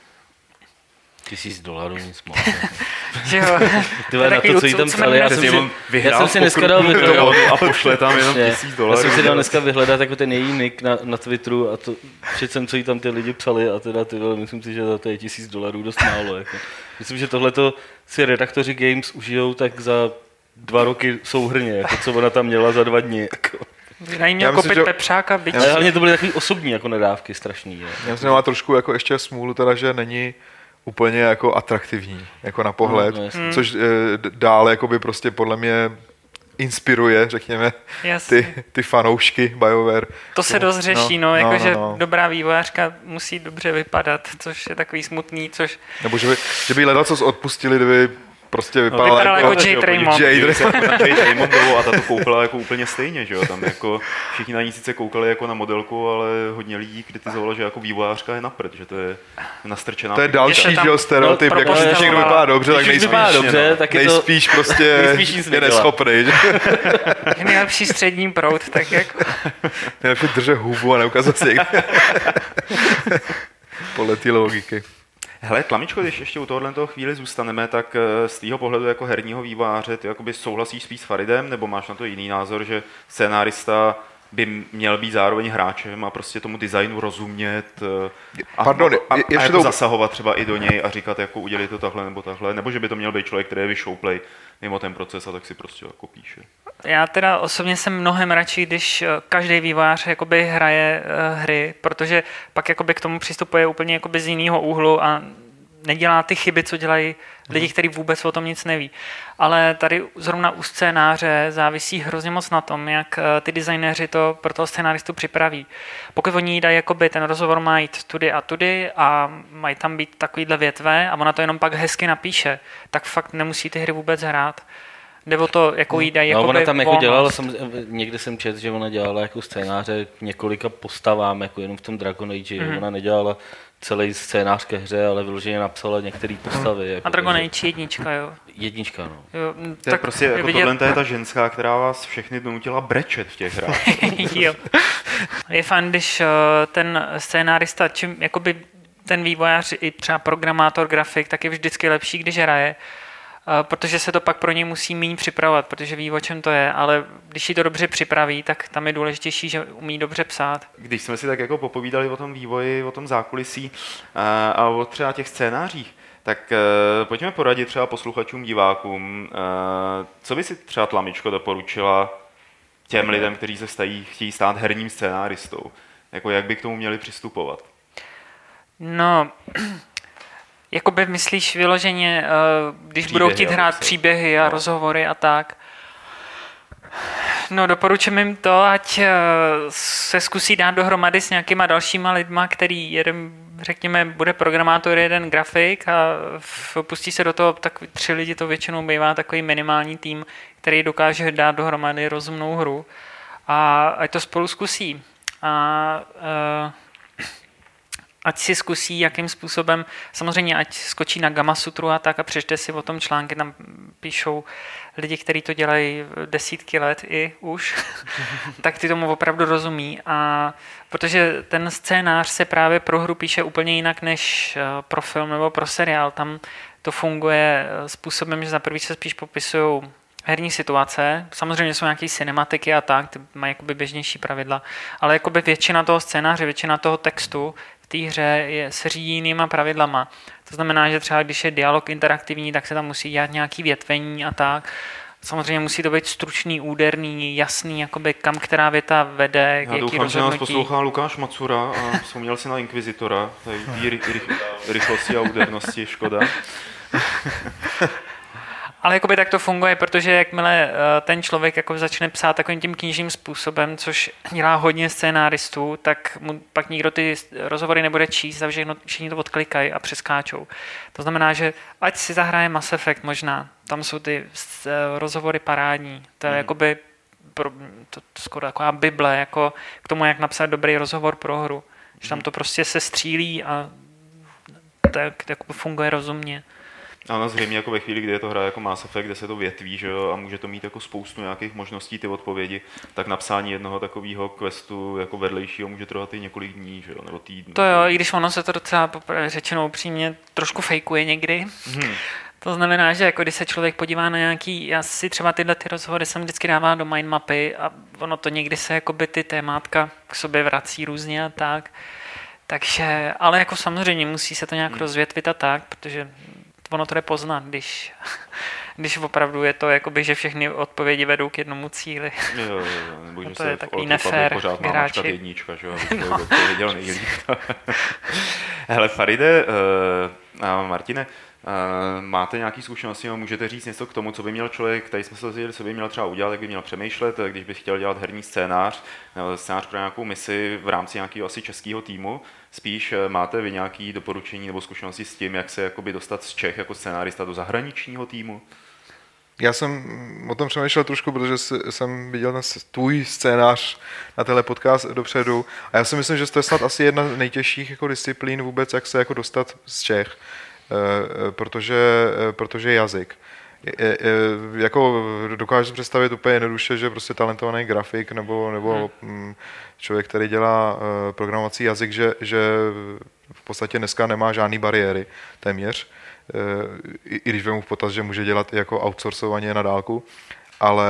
$1000 nic moc. Že jo. Tyhle, na to, co jí tam psali, já jsem si dneska dal vyhledat a pošle tam jenom $1000. Já jsem si dal dneska vyhledat jako ten její nick na Twitteru a to přece, co jí tam ty lidi psali a teda myslím si, že za to je $1000 dost málo. Jako. Myslím, že tohleto si redaktoři Games užijou tak za 2 roky souhrně, jako co ona tam měla za 2 dny. Jako. Na jí měl kopit pepřáka, byť. Ale hlavně to byly takový osobní jako nadávky strašný. Je. Já myslím, že má trošku jako ještě smůlu teda, že není úplně jako atraktivní, jako na pohled, což dále jakoby prostě podle mě inspiruje, řekněme, ty fanoušky BioWare. To se dost řeší, jakože dobrá vývojářka musí dobře vypadat, což je takový smutný, což... Nebo že by ledacos odpustili, kdyby prostě vypadala jako Jade Raymond. Jade Raymondovou a ta to koupila jako úplně stejně, že jo, tam jako všichni na ní sice koukali jako na modelku, ale hodně lidí kritizovalo, že jako vývojářka je na prd, že to je nastrčená. To je další stereotyp, jako když někdo vypadá dobře, tak nejspíš prostě je neschopný. Nejlepší střední proud, tak jako. Nejlepší drže hubu a neukázat si podle té logiky. Hele, Tlamičko, když ještě u tohoto chvíli zůstaneme, tak z tvýho pohledu jako herního vývojáře, ty jakoby souhlasíš spíš s Faridem, nebo máš na to jiný názor, že scénárista by měl být zároveň hráčem a prostě tomu designu rozumět a jako zasahovat třeba i do něj a říkat, jako udělej to takhle, nebo že by to měl být člověk, který je vyšouplej mimo ten proces a tak si prostě jako píše. Já teda osobně jsem mnohem radši, když každý vývojář jakoby hraje hry, protože pak jakoby k tomu přistupuje úplně jakoby z jiného úhlu a nedělá ty chyby, co dělají lidi, kteří vůbec o tom nic neví. Ale tady zrovna u scénáře závisí hrozně moc na tom, jak ty designéři to pro toho scénáristu připraví. Pokud oni dají jakoby ten rozhovor má jít tudy a mají tam být takovýhle větve a ona to jenom pak hezky napíše, tak fakt nemusí ty hry vůbec hrát. Nebo to, jakou jí dají ona tam jako dělala, někde jsem četl, že ona dělala jako scénáře k několika postavám, jako jenom v tom Dragon Age, ona nedělala celý scénář ke hře, ale vyloženě napsala některé postavy. Jako, a Dragon Age jednička, jo? Jednička, no. Jo, to je prostě, jako tohle je ta ženská, která vás všechny donutila brečet v těch hrách. Jo. Je fajn, když ten scénárista, čím jakoby ten vývojář i třeba programátor, grafik, tak je vždycky lepší, když hraje, protože se to pak pro něj musí méně připravovat, protože ví, o čem to je, ale když ji to dobře připraví, tak tam je důležitější, že umí dobře psát. Když jsme si tak jako popovídali o tom vývoji, o tom zákulisí a o třeba těch scénářích, tak pojďme poradit třeba posluchačům, divákům, co by si třeba Tlamičko doporučila těm lidem, kteří se chtějí stát herním scénáristou? Jako jak by k tomu měli přistupovat? No... Jakoby myslíš vyloženě, když budou chtít hrát příběhy a rozhovory a tak. No, doporučím jim to, ať se zkusí dát dohromady s nějakýma dalšíma lidma, který jeden, řekněme, bude programátor, jeden grafik a pustí se do toho, tak 3 lidi to většinou bývá takový minimální tým, který dokáže dát dohromady rozumnou hru a ať to spolu zkusí. ať si zkusí, jakým způsobem, samozřejmě ať skočí na Gama Sutru a tak a přečte si o tom články, tam píšou lidi, kteří to dělají desítky let i už, tak ty tomu opravdu rozumí. A protože ten scénář se právě pro hru píše úplně jinak než pro film nebo pro seriál. Tam to funguje způsobem, že za prvý se spíš popisují herní situace. Samozřejmě jsou nějaké cinematiky a tak, ty mají jakoby běžnější pravidla, ale jakoby většina toho scénáře, většina toho textu v té hře se řídí jinýma pravidlama. To znamená, že třeba když je dialog interaktivní, tak se tam musí dělat nějaký větvení a tak. Samozřejmě musí to být stručný, úderný, jasný, jakoby kam která věta vede, jaký rozhodnutí. Já doufám, že nás poslouchá Lukáš Macura a vzpomněl si na Inkvizitora. Rychlosti a údernosti, škoda. Ale jakoby tak to funguje, protože jakmile ten člověk jako začne psát takovým tím knižním způsobem, což dělá hodně scénáristů, tak mu pak nikdo ty rozhovory nebude číst a všichni to odklikají a přeskáčou. To znamená, že ať si zahraje Mass Effect možná, tam jsou ty rozhovory parádní. To je jakoby to skoro taková bible jako k tomu, jak napsat dobrý rozhovor pro hru. Že tam to prostě se střílí a tak funguje rozumně. Ano, zřejmě jako ve chvíli, kdy je to hra jako Mass Effect, kde se to větví, že jo, a může to mít jako spoustu nějakých možností ty odpovědi, tak napsání jednoho takového questu jako vedlejšího může trvat i několik dní, že jo, nebo týdnů. To jo, i když ono se to docela řečeno upřímně trošku fejkuje někdy. To znamená, že jako když se člověk podívá na nějaký, já si třeba tyhle ty rozhovory jsem vždycky dává do mindmapy a ono to někdy se jakoby ty témátka k sobě vrací různě a tak. Takže, ale jako samozřejmě musí se to nějak rozvětvit a tak, protože ono to jde poznat, když opravdu je to, jakoby, že všechny odpovědi vedou k jednomu cíli. Jo, nebo že to se je takový nefér pořád má mačkat jednička, že jo, aby člověk odpověděl nejlíp. Hele, Faride a Martine, máte nějaké zkušenosti, můžete říct něco k tomu, co by měl člověk, tady jsme se dozvěděli, co by měl třeba udělat, jak by měl přemýšlet, když by chtěl dělat herní scénář, nebo scénář pro nějakou misi v rámci nějakého asi českého týmu. Spíš máte vy nějaké doporučení nebo zkušenosti s tím, jak se jakoby dostat z Čech jako scénárista do zahraničního týmu? Já jsem o tom přemýšlel trošku, protože jsem viděl ten tvůj scénář na tenhle podcast dopředu a já si myslím, že to je snad asi jedna z nejtěžších jako disciplín vůbec, jak se jako dostat z Čech, protože jazyk. Jako dokážu představit úplně jednoduše, že prostě talentovaný grafik nebo člověk, který dělá programovací jazyk, že v podstatě dneska nemá žádný bariéry téměř, i když vemu v potaz, že může dělat i jako outsourcovaně na dálku, ale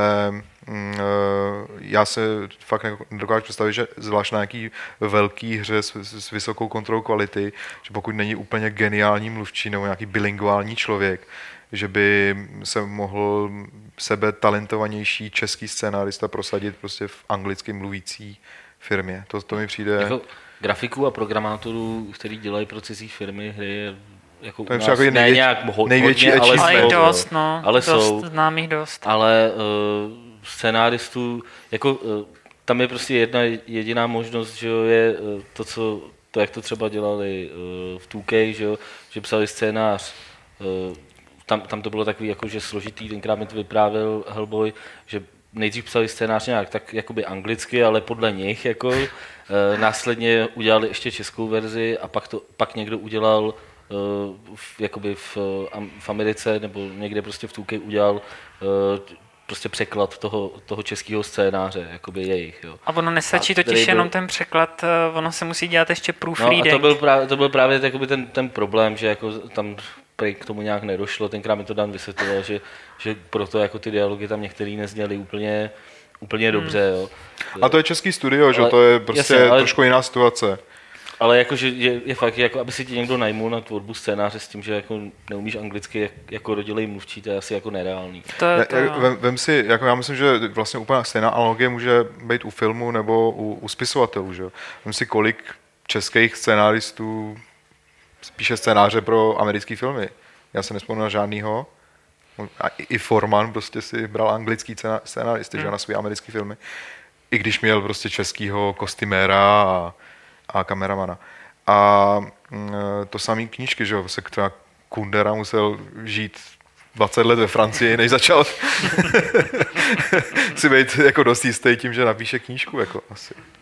já se fakt nedokážu představit, že zvlášť na nějaký velký hře s vysokou kontrolou kvality, že pokud není úplně geniální mluvčí nebo nějaký bilingvální člověk, že by se mohl sebe talentovanější český scénárista prosadit prostě v anglicky mluvící firmě. To mi přijde... Jako grafiků a programátorů, kteří dělají pro cizí firmy hry, jako u nás jako nějak největší hodně, ale jsou, dost, no, ale dost, jsou. Znám jich dost. Ale scénáristů, jako tam je prostě jedna jediná možnost, že je to, jak to třeba dělali v 2K, že psali scénář. Tam to bylo takový jakože složitý, tenkrát mi to vyprávěl Hellboy, že nejdřív psali scénář nějak tak jakoby anglicky, ale podle nich jako, následně udělali ještě českou verzi a pak někdo udělal jakoby v Americe nebo někde prostě v 2K udělal prostě překlad toho českého scénáře, jakoby jejich. Jo. A ono nestačí totiž jenom ten překlad, ono se musí dělat ještě proofreading. No a to byl právě jakoby ten problém, že jako tam k tomu nějak nedošlo. Tenkrát mi to Dan vysvětloval, že proto jako ty dialogy tam některý nezněly úplně dobře. Jo. A to je český studio, že to je prostě jasně, trošku jiná situace. Ale jakože je fakt, jako aby si ti někdo najmul na tvorbu scénáře s tím, že jako neumíš anglicky, jako dodělej mluvčí, to je asi jako nereálný. Vem si, jako já myslím, že vlastně úplně stejná analogie může být u filmu nebo u spisovatelů. Že? Vem si, kolik českých scénáristů píše scénáře pro americké filmy. Já se nespomínal žádnýho. A i Forman prostě si bral anglický scénáristy že, na své americké filmy. I když měl prostě českýho kostýméra a kameramana. A to samý knížky, že jo, se která Kundera musel žít 20 let ve Francii, než začal si být jako dost jistý tím, že napíše knížku, jako asi.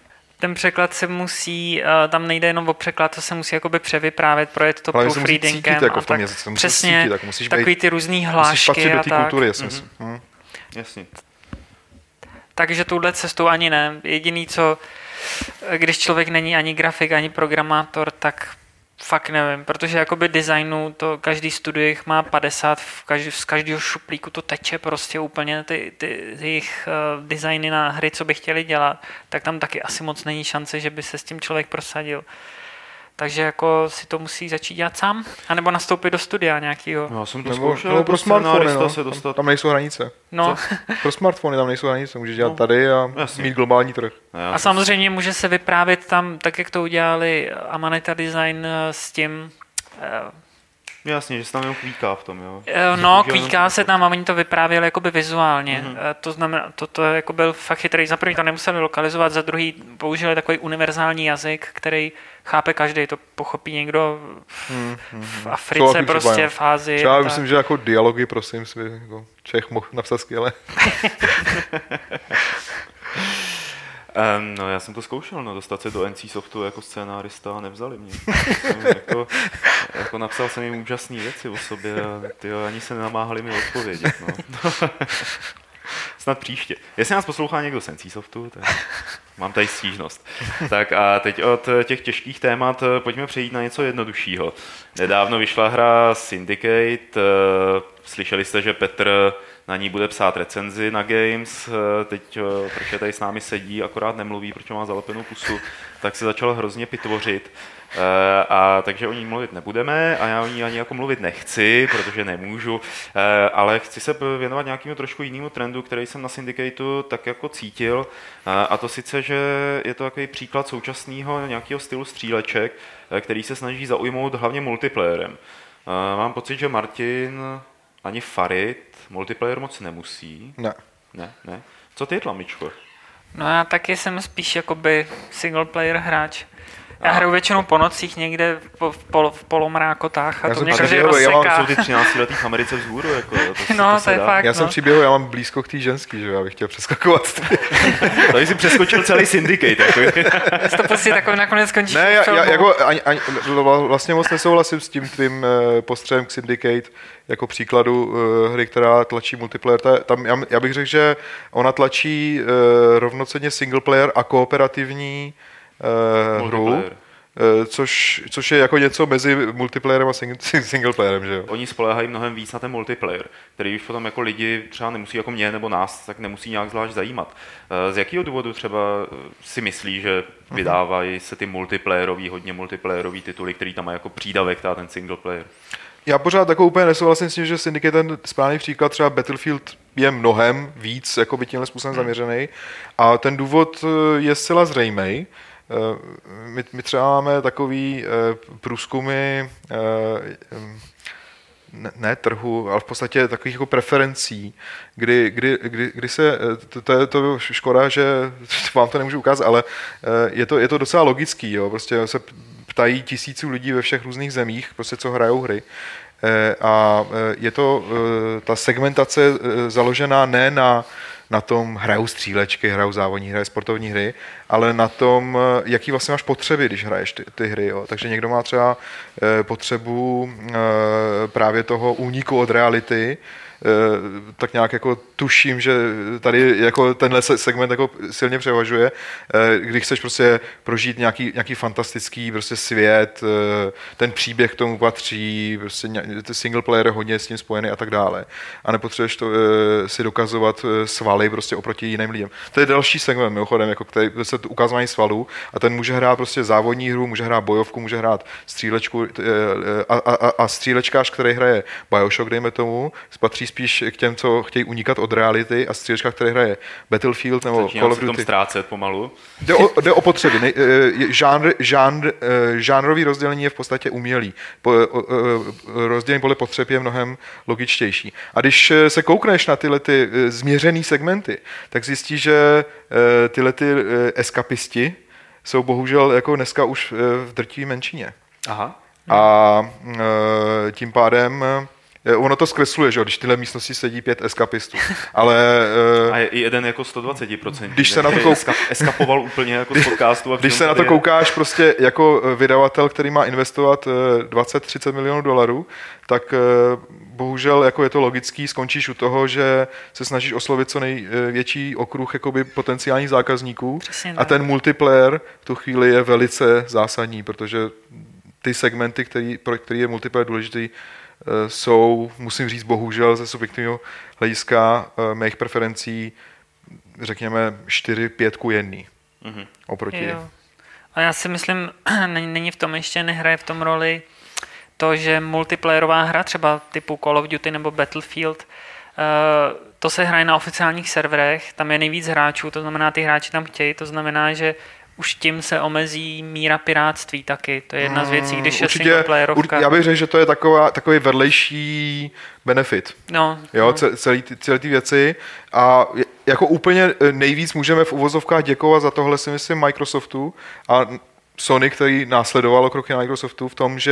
ten překlad se musí, tam nejde jenom o překlad, to se musí jakoby převyprávět, projet to proofreadingem jako a tak. Přesně, tak musíš takový ty různý hlášky a tak. Kultury, jasně. Jasně. Takže touhle cestou ani ne. Jediný, co, když člověk není ani grafik, ani programátor, tak fakt nevím, protože jakoby designu, to každý studio má 50, z každého šuplíku to teče prostě úplně ty jejich designy na hry, co by chtěli dělat, tak tam taky asi moc není šance, že by se s tím člověk prosadil. Takže jako si to musí začít dělat sám, anebo nastoupit do studia nějakého. Já jsem to Nebo zkoušel, pro smartfony, no. se dostat. Tam nejsou hranice. No. Pro smartfony tam nejsou hranice, můžeš dělat tady a mít globální trh. A samozřejmě může se vyprávět tam, tak jak to udělali Amanita Design s tím... Jasně, že se tam jenom kvíká v tom, jo. No, kvíká se tam a oni to vyprávěli jakoby vizuálně. To znamená, to jako byl fakt chytrý. Za první to nemuseli lokalizovat, za druhý použili takový univerzální jazyk, který chápe každý, to pochopí někdo v Africe, prostě v Ázii. Třeba myslím, že jako dialogy, prosím, si jako Čech mohl napsat skvěle. No já jsem to zkoušel, dostat se do NC Softu jako scénárista a nevzali mě. jako napsal jsem jim úžasné věci o sobě a ani se nenamáhali mi odpovědět. No. Snad příště. Jestli nás poslouchá někdo z NC Softu, tak mám tady stížnost. Tak a teď od těch těžkých témat pojďme přejít na něco jednoduššího. Nedávno vyšla hra Syndicate, slyšeli jste, že Petr na ní bude psát recenzi na Games, teď, protože tady s námi sedí, akorát nemluví, protože má zalepenou pusu, tak se začal hrozně pitvořit. A takže o ní mluvit nebudeme a já o ní ani jako mluvit nechci, protože nemůžu, ale chci se věnovat nějakému trošku jinému trendu, který jsem na Syndicateu tak jako cítil, a to sice, že je to takový příklad současného nějakého stylu stříleček, který se snaží zaujmout hlavně multiplayerem. Mám pocit, že Martin ani Farid multiplayer moc nemusí. Ne. Co ty, Tlamičko? No já taky jsem spíš jakoby single player hráč. Já hraju většinou po nocích někde v polomrákotách a to mě každý rozseká. Jsou ty 13letý v Americe vzhůru, jako. To je fakt, Já jsem přiběhl, já mám blízko k té ženský, že já bych chtěl přeskakovat. Tady jsi přeskočil celý Syndicate, jako. To prostě takový nakonec skončí. Ne, já jako vlastně moc nesouhlasím s tím tvým postřehem k Syndicate jako příkladu hry, která tlačí multiplayer. Tam já bych řekl, že ona tlačí rovnocenně single player a kooperativní hru, což je jako něco mezi multiplayerem a single playerem, že jo? Oni spoléhají mnohem víc na ten multiplayer, který už potom jako lidi třeba nemusí, jako mě nebo nás, tak nemusí nějak zvlášť zajímat. Z jakého důvodu třeba si myslí, že vydávají se ty hodně multiplayerový tituly, který tam mají jako přídavek, ten single player? Já pořád takovou úplně nesouhlasím s tím, že Syndicate je ten správný příklad, třeba Battlefield je mnohem víc jako tímhle způsobem zaměřený a ten důvod je zcela zřejmý. My třeba máme takový průzkumy ne trhu, ale v podstatě takových jako preferencí, kdy se, to je škoda, že vám to nemůžu ukázat, ale je to docela logický, jo, prostě se ptají tisíců lidí ve všech různých zemích, prostě co hrajou hry. A je to ta segmentace založená ne na tom hrajou střílečky, hrajou závodní hry, sportovní hry, ale na tom, jaký vlastně máš potřeby, když hraješ ty hry. Jo. Takže někdo má třeba potřebu právě toho úniku od reality, tak nějak jako tuším, že tady jako tenhle segment jako silně převažuje, když chceš prostě prožít nějaký fantastický prostě svět, ten příběh k tomu patří, prostě single player hodně s tím spojený a tak dále. A nepotřebuješ to si dokazovat svaly prostě oproti jiným lidem. To je další segment, mimochodem, jako který se ukazování svalů a ten může hrát prostě závodní hru, může hrát bojovku, může hrát střílečku a střílečkář, který hraje Bioshock, dejme tomu, patří spíš k těm, co chtějí unikat od reality a střílečka, který hraje Battlefield nebo Call of Duty. Tom ztrácet pomalu. Jde o potřeby. Žánrový rozdělení je v podstatě umělý. Rozdělení podle potřeb je mnohem logičtější. A když se koukneš na tyhle ty změřený segmenty, tak zjistíš, že tyhle ty eskapisti jsou bohužel jako dneska už v drtivé menšině. Aha. A tím pádem ono to zkresluje, že jo, když tyhle místnosti sedí 5 eskapistů, ale... A je i jeden jako 120%. Když se na to eskapoval úplně jako z podcastu. Když se na to koukáš prostě jako vydavatel, který má investovat 20-30 milionů dolarů, tak bohužel jako je to logický, skončíš u toho, že se snažíš oslovit co největší okruh jakoby potenciálních zákazníků a ten multiplayer v tu chvíli je velice zásadní, protože ty segmenty, pro který je multiplayer důležitý, jsou, musím říct, bohužel ze subjektivního hlediska mých preferencí, řekněme 4-5:1 oproti. Jo. A já si myslím, není v tom ještě, nehraje v tom roli to, že multiplayerová hra, třeba typu Call of Duty nebo Battlefield, to se hraje na oficiálních serverech, tam je nejvíc hráčů, to znamená, ty hráči tam chtějí, to znamená, že už tím se omezí míra pirátství taky. To je jedna z věcí, když je singleplayerovka. Já bych řekl, že to je takový vedlejší benefit. No. Celé ty věci. A jako úplně nejvíc můžeme v uvozovkách děkovat za tohle, si myslím, Microsoftu a Sony, který následovalo kroky Microsoftu v tom,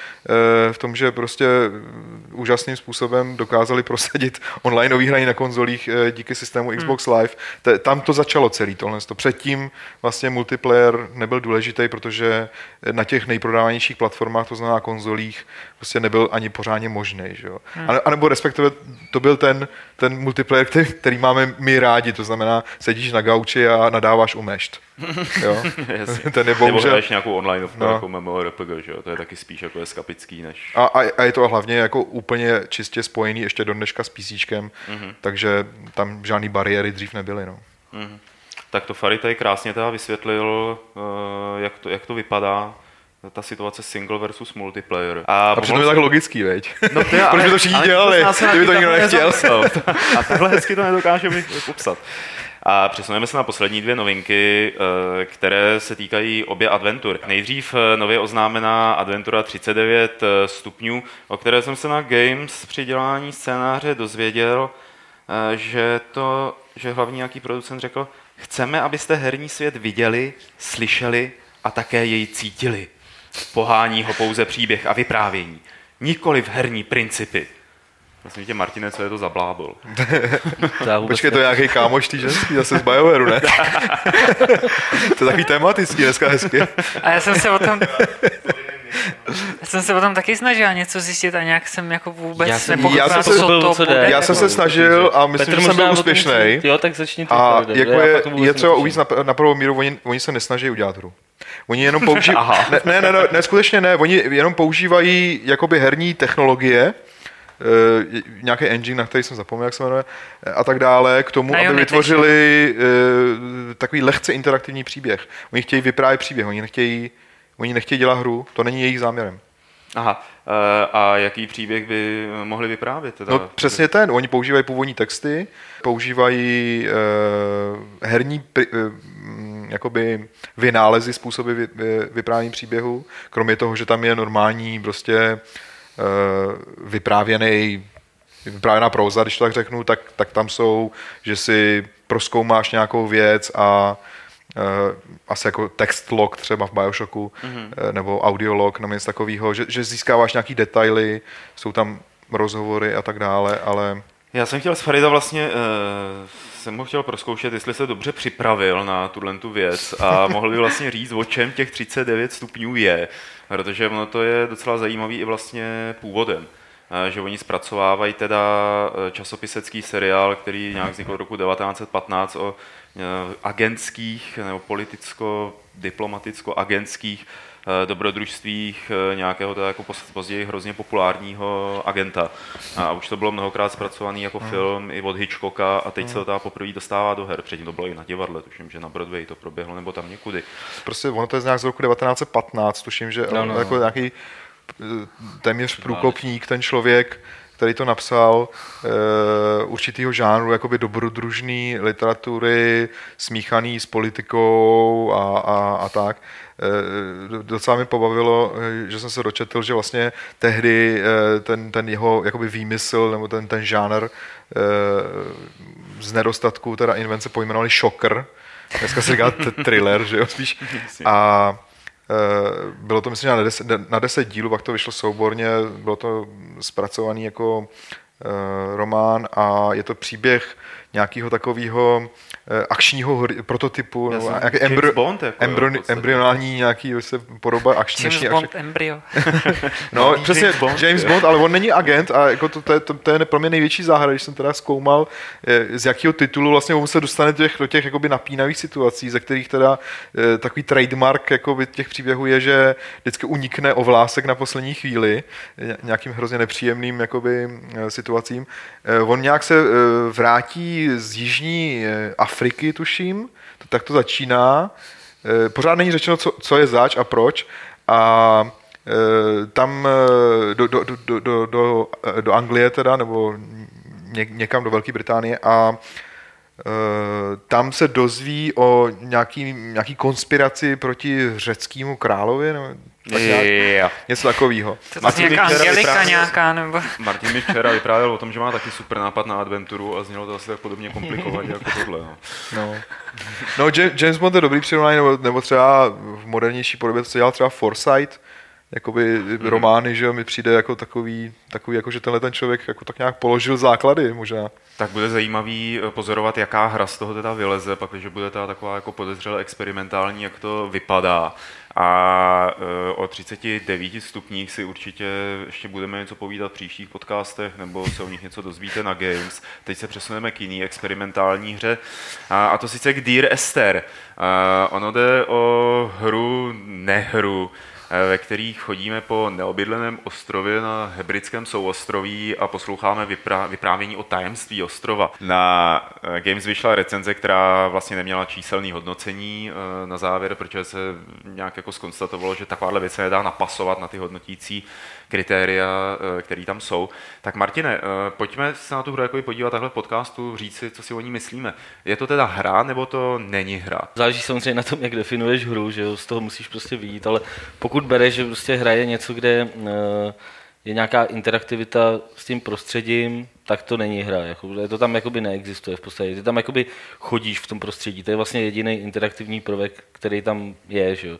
že prostě úžasným způsobem dokázali prosadit onlineové hraní na konzolích díky systému Xbox Live. Tam to začalo celý tohle. Předtím vlastně multiplayer nebyl důležitý, protože na těch nejprodávanějších platformách, to znamená konzolích, prostě nebyl ani pořádně možný. Že jo? A nebo respektive to byl ten multiplayer, který máme my rádi, to znamená, sedíš na gauči a nadáváš umešt. Jo? Ten je bohužel... Nebo nějakou online jako MMORPG, že jo? To je taky spíš jako eskapický než... A je to hlavně jako úplně čistě spojený ještě do dneška s PCčkem, takže tam žádný bariéry dřív nebyly. No. Tak to Fary tady krásně teda vysvětlil, jak to vypadá, ta situace single versus multiplayer. A přitom je tak logický, veď? No proč by to všichni dělali, kdyby to nikdo nechtěl? A takhle hezky to nedokážeme popsat. A přesuneme se na poslední 2 novinky, které se týkají obě adventur. Nejdřív nově oznámená adventura 39 stupňů, o které jsem se na Games při dělání scénáře dozvěděl, že hlavní nějaký producent řekl, chceme, abyste herní svět viděli, slyšeli a také jej cítili. Pohání ho pouze příběh a vyprávění, nikoliv herní principy. Vlastně tě, Martine, co je to za blábol? Počkej, to je nějaký kámoš tý ženský, zase z BioWareu, ne? To je takový tematický, dneska hezky. A já jsem se potom taky snažil něco zjistit a nějak jsem jako vůbec nepochopil, co to bude. Já jsem se snažil a myslím, že jsem byl úspěšnej. Jo, tak začni ty. A jako je třeba uvíc na prvou míru, oni se nesnaží udělat hru. Oni jenom používají... ne, skutečně ne. Oni jenom používají jakoby herní technologie, nějaký engine, na který jsem zapomněl, jak se jmenuje, a tak dále, k tomu, aby vytvořili takový lehce interaktivní příběh. Oni chtějí vyprávět příběh, oni nechtějí dělat hru, to není jejich záměrem. Aha, a jaký příběh by mohli vyprávět? Teda? No přesně ten, oni používají původní texty, používají herní jakoby vynálezy, způsoby vyprávění příběhu, kromě toho, že tam je normální prostě vyprávěná próza, když to tak řeknu, tak tam jsou, že si prozkoumáš nějakou věc a asi jako text log třeba v Bioshocku, nebo audio log nebo něco takového, že získáváš nějaký detaily, jsou tam rozhovory a tak dále, ale... Já jsem chtěl z Farida vlastně, jsem ho chtěl prozkoušet, jestli se dobře připravil na tu věc a mohl by vlastně říct, o čem těch 39 stupňů je, protože ono to je docela zajímavý i vlastně původem. Že oni zpracovávají teda časopisecký seriál, který nějak vznikl roku 1915 o agentských nebo politicko-diplomaticko-agentských dobrodružstvích nějakého teda jako později hrozně populárního agenta. A už to bylo mnohokrát zpracovaný jako film i od Hitchcocka a teď se to teda poprvé dostává do her. Předtím to bylo i na divadle, tuším, že na Broadway to proběhlo nebo tam někudy. Prostě ono to je nějak z roku 1915, tuším, že jako nějaký téměř průkopník, ten člověk, který to napsal, určitýho žánru jakoby dobrodružný literatury, smíchaný s politikou a tak. Docela mi pobavilo, že jsem se dočetl, že vlastně tehdy ten jeho jakoby výmysl nebo ten žánr z nedostatku teda invence pojmenovali šoker. Dneska se říká thriller, že jo, spíš. A Bylo to, myslím, na 10 dílů, pak to vyšlo souborně, bylo to zpracovaný jako román a je to příběh nějakého takového akčního prototypu, nebo embryonální nějaký podoba akční. James Bond embryo. No, přesně, James Bond, ale on není agent a jako to je pro mě největší záhada, když jsem teda zkoumal, z jakého titulu vlastně on se dostane do těch jakoby napínavých situací, ze kterých teda takový trademark jakoby těch příběhů je, že vždycky unikne ovlásek na poslední chvíli nějakým hrozně nepříjemným jakoby situacím. On nějak se vrátí z jižní Afriky, tuším, tak to začíná. Pořád není řečeno, co je zač a proč. A tam do Anglie teda, nebo někam do Velké Británie a tam se dozví o nějaký konspiraci proti řeckému královi, nebo tak něco takového. To je nějaká Angelika nějaká, nebo... Martin mi včera vyprávěl o tom, že má taky super nápad na adventuru a znělo to asi tak podobně komplikovaně jako tohle. No, James Bond je dobrý přirovnání, nebo třeba v modernější podobě to se dělal třeba Foresight, jakoby romány, že mi přijde jako takový jako že tenhle ten člověk jako tak nějak položil základy možná. Tak bude zajímavý pozorovat, jaká hra z toho teda vyleze, pak když bude ta taková jako podezřele experimentální, jak to vypadá. A o 39 stupních si určitě ještě budeme něco povídat v příštích podcastech, nebo se o nich něco dozvíte na Games. Teď se přesuneme k jiný experimentální hře, a to sice k Dear Esther. Ono jde o nehru, ve kterých chodíme po neobydleném ostrově na hebridském souostroví a posloucháme vyprávění o tajemství ostrova. Na Games vyšla recenze, která vlastně neměla číselné hodnocení na závěr, protože se nějak jako zkonstatovalo, že takováhle věc se nedá napasovat na ty hodnotící kritéria, které tam jsou. Tak Martine, pojďme se na tu hru jako podívat takhle v podcastu, říct si, co si o ní myslíme. Je to teda hra, nebo to není hra? Záleží samozřejmě na tom, jak definuješ hru, že jo, z toho musíš prostě vyjít, ale pokud bereš, že prostě hra je něco, kde je nějaká interaktivita s tím prostředím, tak to není hra. Jako, to tam jakoby neexistuje v podstatě. Ty tam jakoby chodíš v tom prostředí. To je vlastně jediný interaktivní prvek, který tam je. Že jo.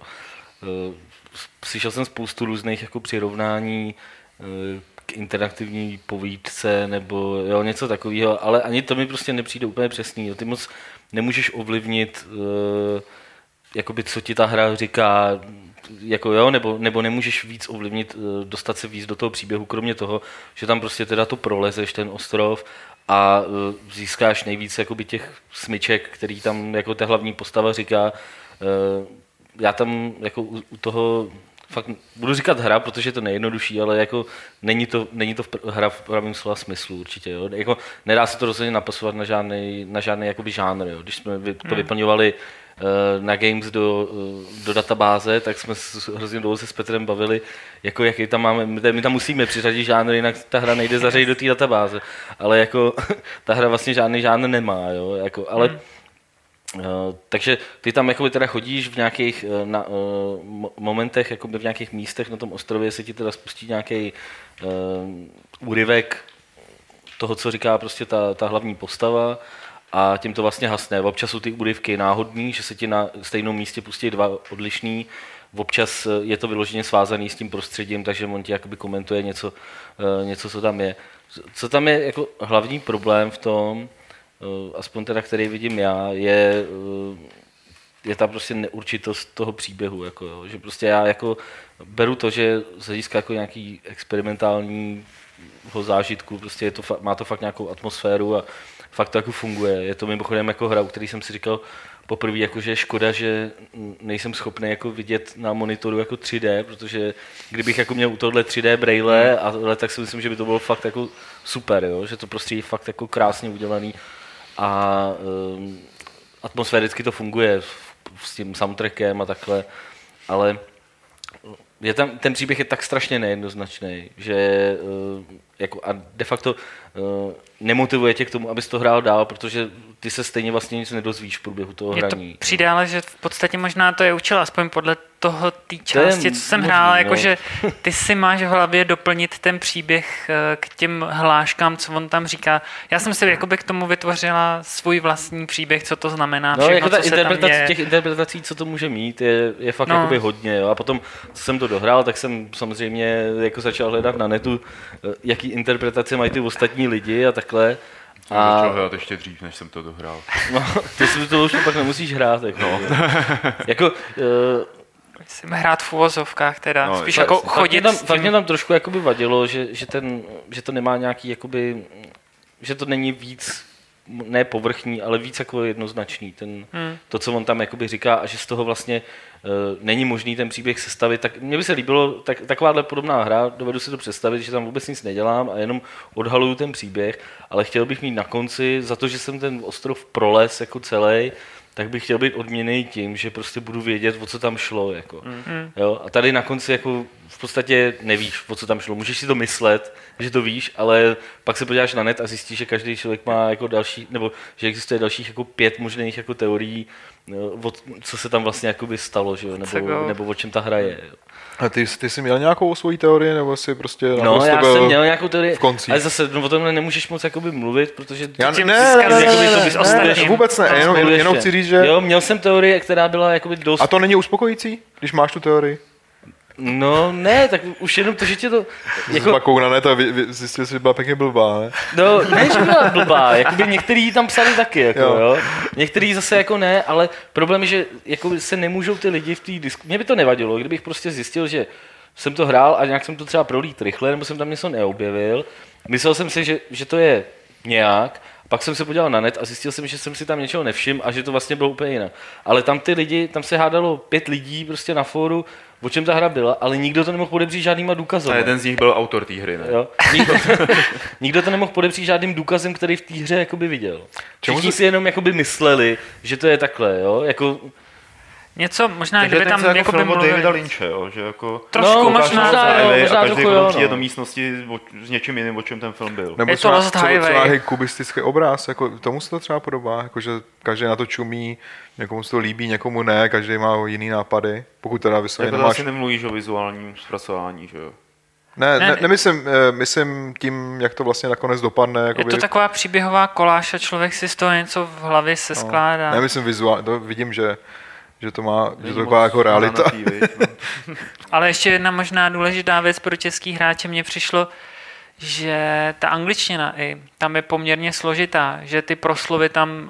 Slyšel jsem spoustu různých jako přirovnání k interaktivní povídce nebo jo, něco takového, ale ani to mi prostě nepřijde úplně přesný. Jo. Ty moc nemůžeš ovlivnit, jakoby, co ti ta hra říká, jako jo, nebo nemůžeš víc ovlivnit, dostat se víc do toho příběhu, kromě toho, že tam prostě teda to prolezeš, ten ostrov, a získáš nejvíc jakoby těch smyček, který tam jako ta hlavní postava říká. Já tam jako u toho fakt budu říkat hra, protože je to nejjednodušší, ale jako není to hra v pravém slova smyslu určitě. Jo. Jako nedá se to rozhodně napasovat na žádný jakoby žánr. Jo. Když jsme to vyplňovali na Games do databáze, tak jsme hrozně dlouho se s Petrem bavili, jako jaký tam máme, my tam musíme přiřadit žánr, jinak ta hra nejde zařadit do té databáze, ale jako ta hra vlastně žádný žánr nemá, jo, jako, ale takže ty tam jakoby teda chodíš v nějakých momentech, jakoby v nějakých místech na tom ostrově se ti teda spustí nějaký úryvek toho, co říká prostě ta hlavní postava, a tím to vlastně hasne. Občas jsou ty úryvky náhodný, že se ti na stejném místě pustí dva odlišný. Občas je to vyloženě svázaný s tím prostředím, takže on ti jakoby komentuje něco, co tam je. Co tam je jako hlavní problém v tom, aspoň teda, který vidím já, je ta prostě neurčitost toho příběhu. Jako, jo. Že prostě já jako beru to, že z hlediska jako nějaký experimentálního zážitku, prostě má to fakt nějakou atmosféru a fakt to jako funguje. Je to mimochodem jako hra, u který jsem si říkal poprvé, jako, že je škoda, že nejsem schopný jako vidět na monitoru jako 3D, protože kdybych jako měl u tohle 3D braille, tak si myslím, že by to bylo fakt jako super, jo? Že to prostě je fakt jako krásně udělaný a atmosféricky to funguje s tím soundtrackem a takhle, ale ten příběh je tak strašně nejednoznačný, že jako a de facto nemotivuje tě k tomu, abys to hrál dál, protože ty se stejně vlastně nic nedozvíš v průběhu toho hraní. To přijde, ale že v podstatě možná to je účel, aspoň podle toho té části, co jsem hrál, jakože ty si máš v hlavě doplnit ten příběh k těm hláškám, co on tam říká. Já jsem si jakoby k tomu vytvořila svůj vlastní příběh, co to znamená, všechno, jako ta co se tam děje. těch interpretací, co to může mít, je fakt jakoby hodně. Jo? A potom, co jsem to dohrál, tak jsem samozřejmě jako začal hledat na netu, jaký interpretace mají ty ostatní lidi a takhle. A začal hrát ještě dřív, než jsem to dohrál. No, to už pak nemusíš hrát. Jako, Musím hrát v uvozovkách teda, spíš jako chodit. Fakt mě tam trošku jakoby vadilo, že to nemá nějaký, jakoby, že to není víc, ne povrchní, ale víc jako jednoznačný. To, co on tam jakoby říká a že z toho vlastně není možný ten příběh sestavit, tak mně by se líbilo takováhle podobná hra, dovedu si to představit, že tam vůbec nic nedělám a jenom odhaluju ten příběh, ale chtěl bych mít na konci za to, že jsem ten ostrov prolez jako celý, tak bych chtěl být odměněný tím, že prostě budu vědět, o co tam šlo. Jako. Jo? A tady na konci jako v podstatě nevíš, o co tam šlo. Můžeš si to myslet, že to víš, ale pak se podíváš na net a zjistíš, že každý člověk má jako další, nebo že existuje dalších jako 5 možných jako teorií, co se tam vlastně jakoby stalo, že jo? Nebo o čem ta hra je. Jo? A ty jsi měl nějakou svoji teorii, nebo jsi prostě... No, já jsem měl nějakou teorii, v konci. Ale zase o tomhle nemůžeš moc jakoby mluvit, protože... Vůbec ne, jenom chci říct, že... Jo, měl jsem teorii, která byla jakoby dost... A to není uspokojící, když máš tu teorii? No ne, tak už jenom to, že tě to... Jako... Byla koukna net a zjistil, že byla pěkně blbá, ne? No, ne, že byla blbá, jakoby některý tam psali taky, jako, jo. Některý zase jako ne, ale problém je, že jako se nemůžou ty lidi v té diskuzi... Mně by to nevadilo, kdybych prostě zjistil, že jsem to hrál a nějak jsem to třeba prolít rychle, nebo jsem tam něco neobjevil. Myslel jsem si, že to je nějak, pak jsem se podíval na net a zjistil jsem, že jsem si tam něčeho nevšiml a že to vlastně bylo úplně jinak. Ale tam ty lidi, tam se hádalo 5 lidí prostě na fóru, o čem ta hra byla, ale nikdo to nemohl podepřít žádnýma důkazem. A jeden z nich byl autor té hry, ne? Jo? Nikdo to nemohl podepřít žádným důkazem, který v té hře jakoby viděl. Všichni si jenom jakoby mysleli, že to je takhle, jo? Jako... Něco, možná kdyby tam jako by mluvili. Davida Lynche, jo? Že jako... Trošku možná. A každý přijde do místnosti s něčím jiným, o čem ten film byl. Nebo třeba nějaký kubistický obraz, jako tomu se to třeba podobá, jako že každý na to čumí, někomu se to líbí, někomu ne, každý má jiný nápady, pokud teda vysloveně nemáš... Jako asi nemluvíš o vizuálním zpracování, že jo? Ne, myslím tím, jak to vlastně nakonec dopadne. Je to taková příběhová koláž a člověk si z toho něco v hlavě se skládá. Nemyslím vizuálně, to vidím, že to má, že to taková jako realita. Ale ještě jedna možná důležitá věc pro český hráče mně přišlo, že ta angličtina tam je poměrně složitá, že ty proslovy tam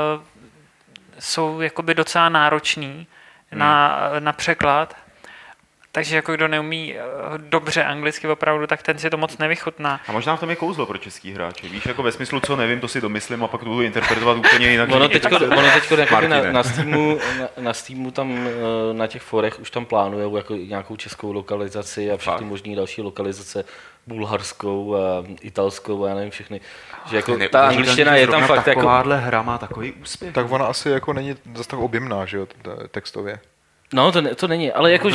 jsou jakoby docela náročný na překlad. Takže jako kdo neumí dobře anglicky opravdu, tak ten si to moc nevychutná. A možná v tom je kouzlo pro český hráče. Víš, jako ve smyslu, co nevím, to si domyslím a pak to budu interpretovat úplně jinak. Ono teďko na Steamu tam na těch forech už tam plánujou jako nějakou českou lokalizaci a všechny možný další lokalizace, bulharskou a italskou a já nevím všechny. Že jako ta angličtina je tam fakt jako... Takováhle hra má takový úspěch. Tak ona asi jako není zase tak objemná, že jo, textově. No, to není, ale jako,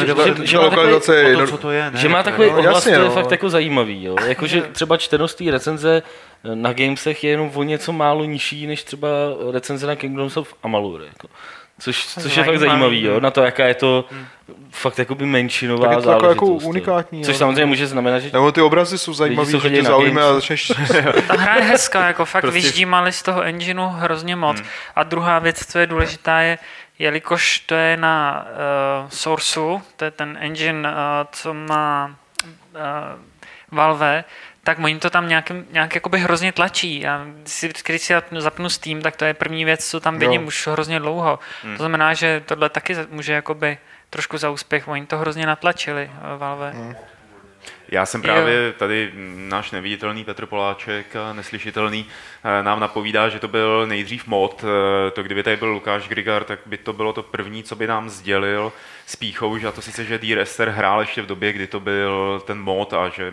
že má takový ohlas, to je fakt jako zajímavý, jo. Jakože třeba čtenost té recenze na Gamesech je jenom o něco málo nižší, než třeba recenze na Kingdoms of Amalur, jako. Což je fakt zajímavý, jo, na to, jaká je to fakt jakoby menšinová tak je to záležitost. Jako unikátní. Což samozřejmě může znamenat, že... Nebo ty obrazy jsou zajímavý, že tě zaujíme a začneš... Ta hra je hezká, jako fakt prostě... vyždímali z toho engineu hrozně moc. A druhá věc, co je důležitá, je, jelikož to je na Sourceu, to je ten engine, co má Valve, tak oni to tam nějak jakoby hrozně tlačí. A když si zapnu Steam, tak to je první věc, co tam vidím už hrozně dlouho. To znamená, že tohle taky může jakoby trošku za úspěch. Oni to hrozně natlačili, Valve. Já jsem právě tady, náš neviditelný Petr Poláček, neslyšitelný, nám napovídá, že to byl nejdřív mod. To kdyby tady byl Lukáš Grigar, tak by to bylo to první, co by nám sdělil s pýchou, že a to sice, že Dear Esther hrál ještě v době, kdy to byl ten mod a že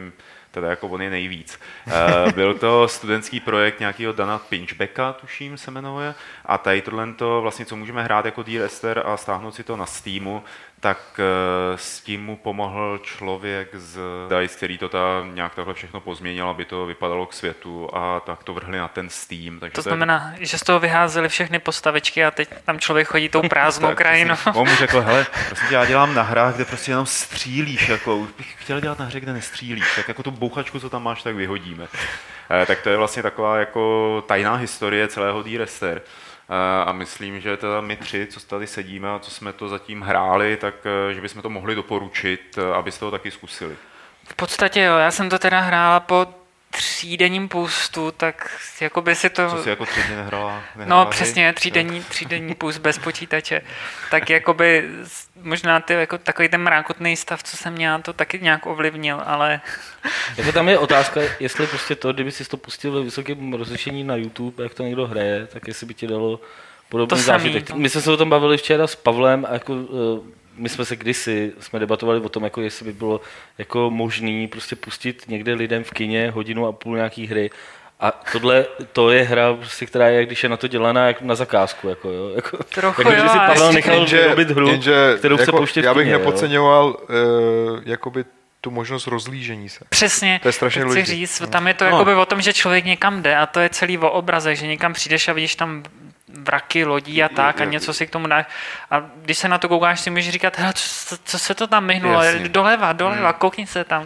teda jako on je nejvíc. Byl to studentský projekt nějakého Dana Pinchbecka, tuším se jmenuje, a tady tohle to vlastně, co můžeme hrát jako Dear Esther a stáhnout si to na Steamu, tak s tím mu pomohl člověk z DICE, který to nějak takhle všechno pozměnil, aby to vypadalo k světu, a tak to vrhli na ten Steam. Takže to znamená, že z toho vyházeli všechny postavičky a teď tam člověk chodí tou prázdnou krajinou. On mu řekl, hele, prostě já dělám na hrách, kde prostě jenom střílíš, jako, už bych chtěl dělat na hře, kde nestřílíš, tak jako tu bouchačku, co tam máš, tak vyhodíme. Tak to je vlastně taková jako tajná historie celého Dear Esther. A myslím, že teda my tři, co tady sedíme a co jsme to zatím hráli, tak že bychom to mohli doporučit, abyste to taky zkusili. V podstatě jo, já jsem to teda hrála po 3denním půstu, tak jako by si to... Co jsi jako 3 dny nehrála No přesně, 3denní půst bez počítače. Tak jakoby možná jako takový ten mrákotný stav, co jsem měla, to taky nějak ovlivnil, ale... Jako tam je otázka, jestli prostě to, kdyby si to pustil ve vysokém rozlišení na YouTube, jak to někdo hraje, tak jestli by ti dalo podobný zážitek. My jsme se o tom bavili včera s Pavlem a jako... My jsme se kdysi debatovali o tom, jako jestli by bylo jako možný prostě pustit někde lidem v kině 1,5 hodiny nějaký hry. A tohle, to je hra, prostě, která je, když je na to dělaná, jako na zakázku. Jako, jo, jako, trochu jako, jo, si Pavel nechal vyrobit hru, kterou chce jako, pouštět já bych v kině, nepodceňoval jakoby tu možnost rozlížení se. Přesně, to je strašně chci říct, tam je to jakoby o tom, že člověk někam jde a to je celý o obrazech, že někam přijdeš a vidíš tam vraky lodí a tak a něco si k tomu dáš. A když se na to koukáš, si můžeš říkat, co se to tam myhnulo, doleva, koukni se tam.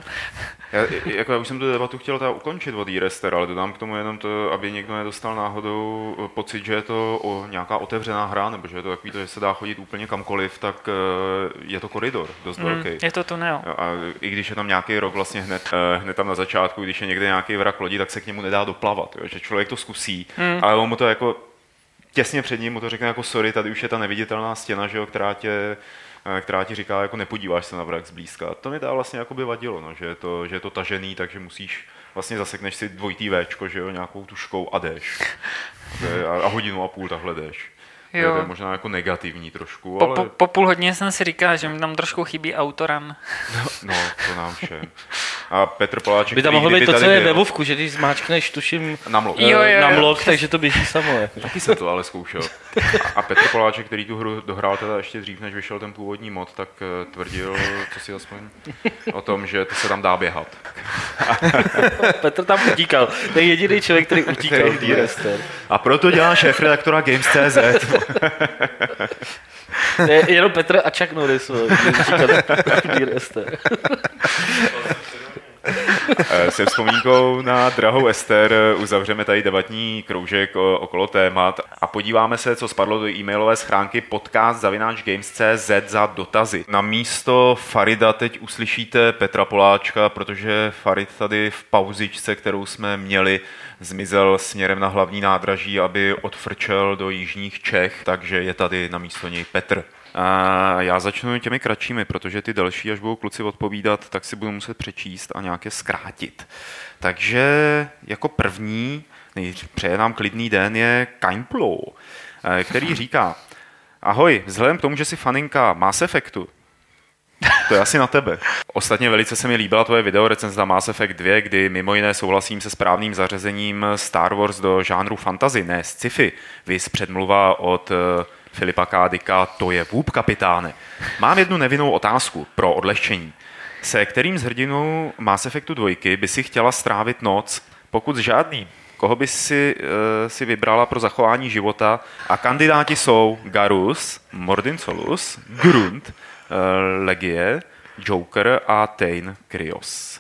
Já už jsem tu debatu chtěl teda ukončit od Dear Esther, ale dodám k tomu jenom to, aby někdo nedostal náhodou pocit, že je to nějaká otevřená hra, nebo že je to takový to, že se dá chodit úplně kamkoliv, tak je to koridor dost velký. Je to tunel. A i když je tam nějaký rok vlastně hned tam na začátku, když je někde nějaký vrak lodí, tak se k němu nedá doplavat, jo? Že člověk to zkusí, ale on mu to jako těsně před ním mu to řekne jako sorry, tady už je ta neviditelná stěna, že jo, která ti říká, jako nepodíváš se na vrak zblízka. To mi dá vlastně jako by vadilo, no, že je to tažený, takže musíš, vlastně zasekneš si 2 Včko, že jo, nějakou tuškou a jdeš. A 1,5 hodiny takhle jdeš. To je možná jako negativní trošku, ale... Po půl hodině jsem si říkal, že mi tam trošku chybí autoran. No, to nám všem. A Petr Poláček, by tam mohlo být to, co je ve Vovku, že když zmáčkneš, tuším, na mlok, na mlok, takže to běží samo. Jako. Taky jsem to ale zkoušel. A Petr Poláček, který tu hru dohrál teda ještě dřív, než vyšel ten původní mod, tak tvrdil, co si aspoň, o tom, že to se tam dá běhat. Petr tam utíkal. To je jediný člověk, který utíkal. A proto dělá šéfredaktora Games.cz. Jenom Petr a Chuck Norris. Se vzpomínkou na drahou Ester uzavřeme tady debatní kroužek okolo témat a podíváme se, co spadlo do e-mailové schránky podcast@games.cz za dotazy. Na místo Farida teď uslyšíte Petra Poláčka, protože Farid tady v pauzičce, kterou jsme měli, zmizel směrem na hlavní nádraží, aby odfrčel do jižních Čech, takže je tady na místo něj Petr. A já začnu těmi kratšími, protože ty další, až budou kluci odpovídat, tak si budu muset přečíst a nějaké zkrátit. Takže jako první, přeje nám klidný den, je Kainplo, který říká: ahoj, vzhledem k tomu, že jsi faninka Mass Effectu, to je asi na tebe. Ostatně velice se mi líbila tvoje video recenze na Mass Effect 2, kdy mimo jiné souhlasím se správným zařazením Star Wars do žánru fantasy, ne sci-fi. Viz předmluva od Filipa K. Dicka, to je vůb, kapitáne. Mám jednu nevinnou otázku pro odlehčení. Se kterým z hrdinů Mass Effectu 2 by si chtěla strávit noc, pokud žádný? Koho by si vybrala pro zachování života? A kandidáti jsou Garrus, Mordin Solus, Grunt, Legie, Joker a Tain Kryos.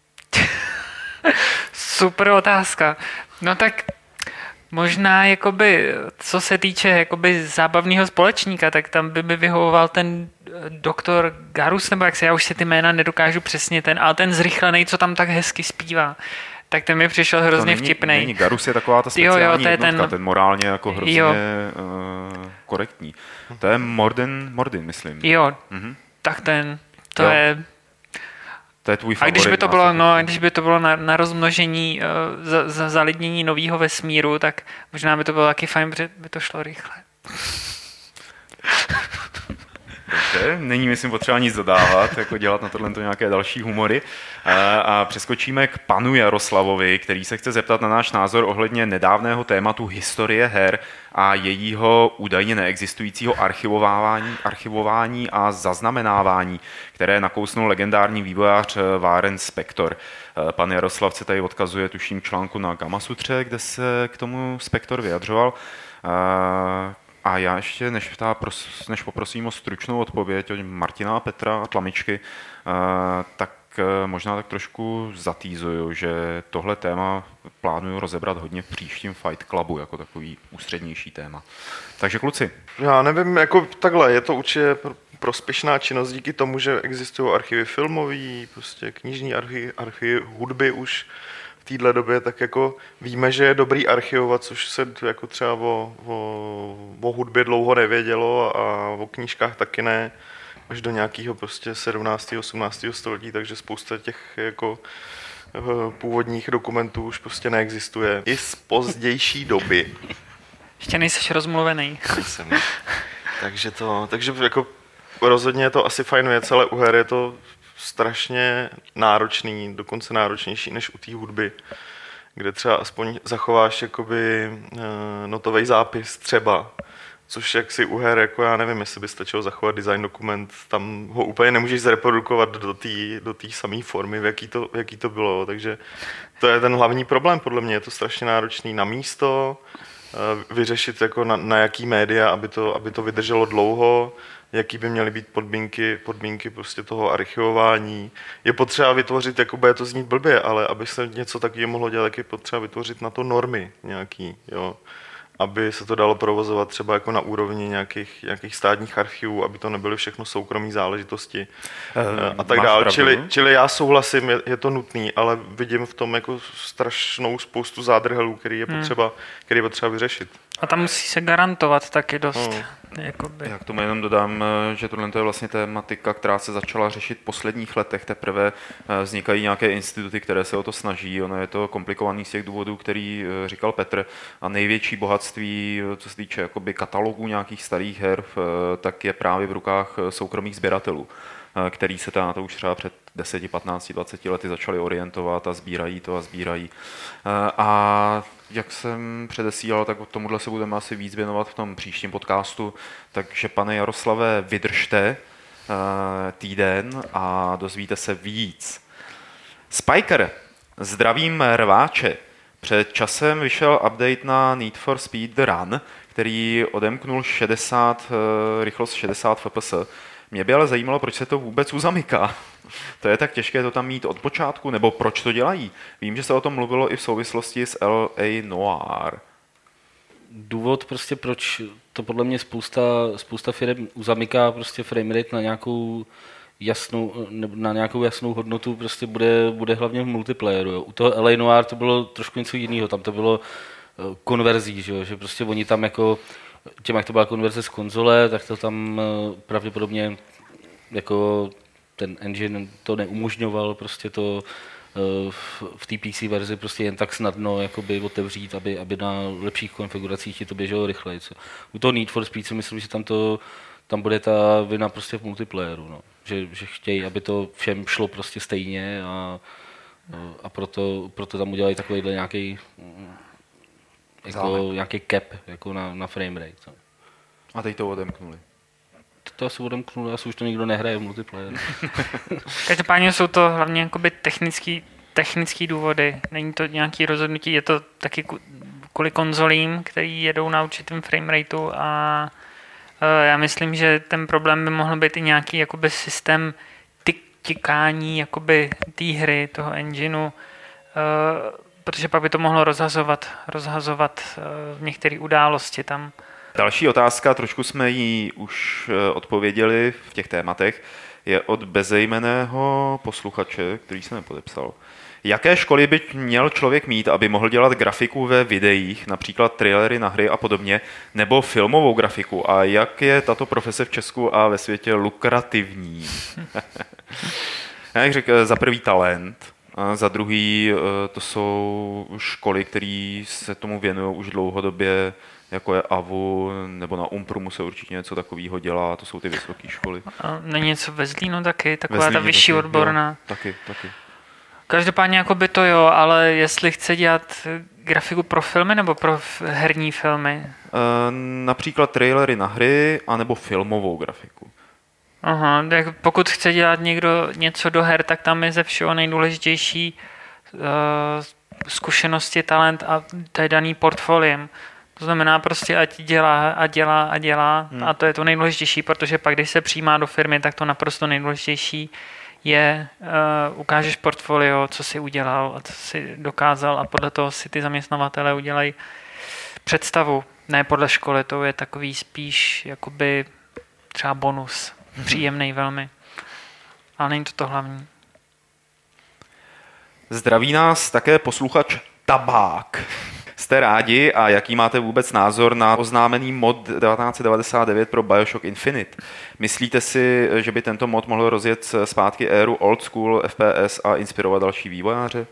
Super otázka. No tak možná, jakoby, co se týče jakoby zábavného společníka, tak tam by mi vyhovoval ten doktor Garrus, nebo jak se, já už si ty jména nedokážu přesně, ale ten zrychlený, co tam tak hezky zpívá. Tak ten mi přišel hrozně vtipnej. Není, Garrus je taková ta speciální jednotka, ten morálně jako hrozně korektní. To je Mordin, myslím. Jo, tak to je... To je tvůj favorit. Když by to bylo na rozmnožení, zalidnění nového vesmíru, tak možná by to bylo taky fajn, protože by to šlo rychle. Dobře, není myslím potřeba nic dodávat, jako dělat na tohle nějaké další humory. A přeskočíme k panu Jaroslavovi, který se chce zeptat na náš názor ohledně nedávného tématu historie her a jejího údajně neexistujícího archivování a zaznamenávání, které nakousnul legendární vývojář Warren Spector. Pan Jaroslav se tady odkazuje tuším článku na Gamasutře, kde se k tomu Spector vyjadřoval. A já ještě, než poprosím o stručnou odpověď od Martina a Petra a Tlamičky, tak možná tak trošku zatýzuju, že tohle téma plánuju rozebrat hodně v příštím Fight Clubu jako takový ústřednější téma. Takže kluci. Já nevím, jako takhle, je to určitě prospěšná činnost díky tomu, že existují archivy filmový, prostě knižní archivy hudby už v téhle době, tak jako víme, že je dobrý archivovat, což se jako třeba o hudbě dlouho nevědělo a o knížkách taky ne, až do nějakého prostě 17. 18. století, takže spousta těch jako původních dokumentů už prostě neexistuje. I z pozdější doby. Ještě nejseš rozmluvený. Takže jako rozhodně je to asi fajn věc, ale u her je to strašně náročný, dokonce náročnější než u té hudby, kde třeba aspoň zachováš jakoby notový zápis třeba, což jak si u her, jako já nevím, jestli by stačilo zachovat design dokument, tam ho úplně nemůžeš zreprodukovat do té samé formy, v jaký to bylo, takže to je ten hlavní problém, podle mě je to strašně náročný na místo, vyřešit jako na jaký média, aby to vydrželo dlouho, jaký by měly být podmínky prostě toho archivování. Je potřeba vytvořit, jako bude to znít blbě, ale aby se něco takového mohlo dělat, tak je potřeba vytvořit na to normy nějaký, jo. Aby se to dalo provozovat třeba jako na úrovni nějakých státních archivů, aby to nebyly všechno soukromé záležitosti a tak dále. Čili já souhlasím, je to nutný, ale vidím v tom jako strašnou spoustu zádrhelů, který je potřeba vyřešit. A tam musí se garantovat taky dost. Já k tomu jenom dodám, že tohle je vlastně tematika, která se začala řešit v posledních letech. Teprve vznikají nějaké instituty, které se o to snaží. Ono je to komplikovaný z těch důvodů, který říkal Petr. A největší bohatství, co se týče jakoby katalogů nějakých starých her, tak je právě v rukách soukromých sběratelů, který se na to už třeba před 10, 15, 20 lety začali orientovat a sbírají to a sbírají. A jak jsem předesílal, tak tomuhle se budeme asi víc věnovat v tom příštím podcastu. Takže pane Jaroslave, vydržte týden a dozvíte se víc. Spiker, zdravím rváče. Před časem vyšel update na Need for Speed Run, který odemknul rychlost 60 fps. Mě by ale zajímalo, proč se to vůbec uzamyká. To je tak těžké to tam mít od počátku, nebo proč to dělají? Vím, že se o tom mluvilo i v souvislosti s L.A. Noire. Důvod prostě, proč to podle mě spousta firm uzamyká prostě framerate na nějakou jasnou hodnotu, prostě bude hlavně v multiplayeru. Jo. U toho L.A. Noire to bylo trošku něco jiného, tam to bylo konverzí, že prostě oni tam jako tím, jak to byla konverze z konzole, tak to tam pravděpodobně jako ten engine to neumožňoval prostě to v té PC verzi prostě jen tak snadno jakoby otevřít, aby na lepších konfiguracích ti to běželo rychleji. U toho Need for Speed si myslím, že tam bude ta vina prostě v multiplayeru, no. Že chtějí, aby to všem šlo prostě stejně a proto tam udělají takovýhle nějaký cap jako na frame rate. A teď to odemknuli. To asi odemknuli, asi už to nikdo nehraje v multiplayeru. Každopádně jsou to hlavně jakoby technický důvody. Není to nějaký rozhodnutí, je to taky kvůli konzolím, který jedou na určitém framerateu a já myslím, že ten problém by mohl být i nějaký jakoby systém tikání jakoby té hry, toho engineu, protože pak by to mohlo rozhazovat v některé události tam. Další otázka, trošku jsme ji už odpověděli v těch tématech, je od bezejmenného posluchače, který se nepodepsal. Jaké školy by měl člověk mít, aby mohl dělat grafiku ve videích, například trailery na hry a podobně, nebo filmovou grafiku? A jak je tato profese v Česku a ve světě lukrativní? Já bych řekl, za prvý talent, a za druhý to jsou školy, které se tomu věnují už dlouhodobě jako je AVU, nebo na Umprumu se určitě něco takového dělá, to jsou ty vysoké školy. A není něco ve Zlínu taky, taková ta vyšší odborná. Jo, taky. Každopádně jako by to jo, ale jestli chce dělat grafiku pro filmy nebo pro herní filmy? Například trailery na hry, anebo filmovou grafiku. Aha, tak pokud chce dělat někdo něco do her, tak tam je ze všeho nejdůležitější zkušenosti, talent a to je daný portfoliem. To znamená prostě, ať dělá a to je to nejdůležitější, protože pak, když se přijímá do firmy, tak to naprosto nejdůležitější je, ukážeš portfolio, co jsi udělal a co jsi dokázal a podle toho si ty zaměstnavatele udělají představu. Ne podle školy, to je takový spíš jakoby třeba bonus. Příjemný velmi. Ale není to hlavní. Zdraví nás také posluchač Tabák. Jste rádi a jaký máte vůbec názor na oznámený mod 1999 pro Bioshock Infinite? Myslíte si, že by tento mod mohl rozjet zpátky éru old school FPS a inspirovat další vývojáře?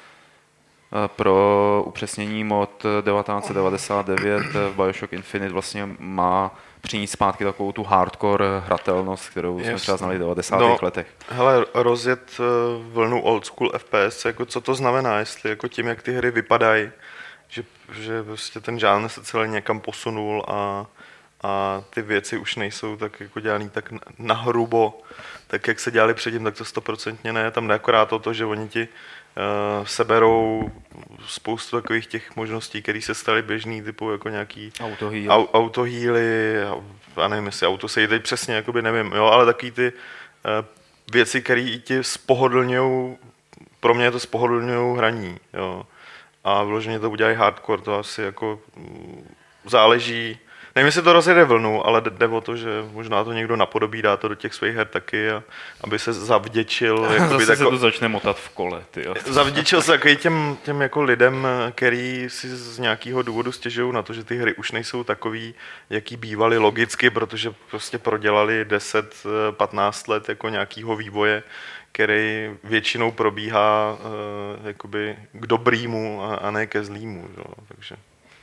Pro upřesnění mod 1999 v Bioshock Infinite vlastně má přinést zpátky takovou tu hardcore hratelnost, kterou jsme třeba znali v 90. letech. Hele, rozjet vlnu old school FPS, jako co to znamená, jestli jako tím, jak ty hry vypadají, že prostě ten žánr se celý někam posunul a ty věci už nejsou tak jako dělaný tak nahrubo, tak jak se dělali předtím, tak to 100% ne. Tam jde akorát o to, že oni ti seberou spoustu takových těch možností, které se staly běžný, typu jako nějaký autohýly, já nevím, jestli autosej, teď přesně, jakoby nevím, jo, ale takový ty věci, které ti spohodlňujou, pro mě to spohodlňujou hraní, jo. A vyloženě to udělají hardcore, to asi jako záleží. Nevím, jestli to rozjede vlnu, ale jde o to, že možná to někdo napodobí, dá to do těch svých her taky, aby se zavděčil. Zase se to začne motat v kole. Zavděčil se takový těm jako lidem, který si z nějakého důvodu stěžují na to, že ty hry už nejsou takový, jaký bývaly logicky, protože prostě prodělali 10-15 let jako nějakého vývoje, který většinou probíhá jakoby k dobrýmu a ne ke zlýmu. Jo. Takže.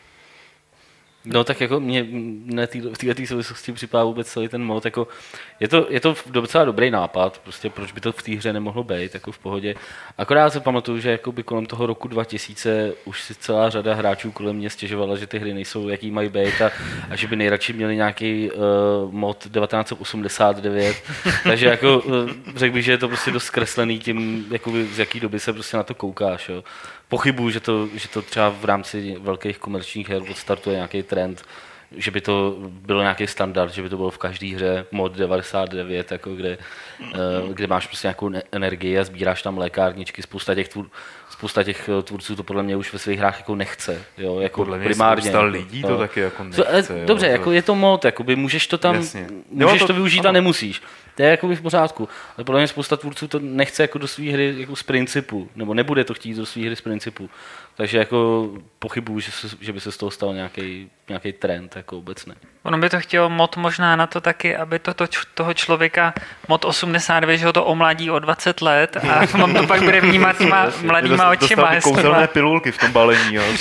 No tak jako mě v této souvislosti připadá vůbec celý ten mod, jako je to docela dobrý nápad, prostě proč by to v té hře nemohlo být, jako v pohodě. Akorát se pamatuju, že jakoby kolem toho roku 2000 už si celá řada hráčů kolem mě stěžovala, že ty hry nejsou, jaký mají být a že by nejradši měli nějaký mod 1989, takže jako řekl bych, že je to prostě dost zkreslený tím, jakoby, z jaký doby se prostě na to koukáš, jo. Pochybuju, že to třeba v rámci velkých komerčních her odstartuje nějaký trend, že by to bylo nějaký standard, že by to bylo v každé hře mod 99, jako kde máš prostě nějakou energii a sbíráš tam lékárničky. Spousta těch tvůrců to podle mě už ve svých hrách jako nechce, jo, jako podle mě primárně. Spousta lidí to taky jako nechce. Dobře, jo, jako je to mod, jakoby můžeš to tam, můžeš to využít a nemusíš. To je jako v pořádku. Ale podle mě spousta tvůrců to nechce jako do své hry jako z principu, nebo nebude to chtít do své hry z principu. Takže jako pochybuju, že by se z toho stal nějaký trend jako obecný. Ono by to chtělo mod možná na to taky, aby toho člověka mod 89, že ho to omladí o 20 let a on to pak bude vnímat těma mladýma očima. Dostal kouzelné pilulky v tom balení. Jo.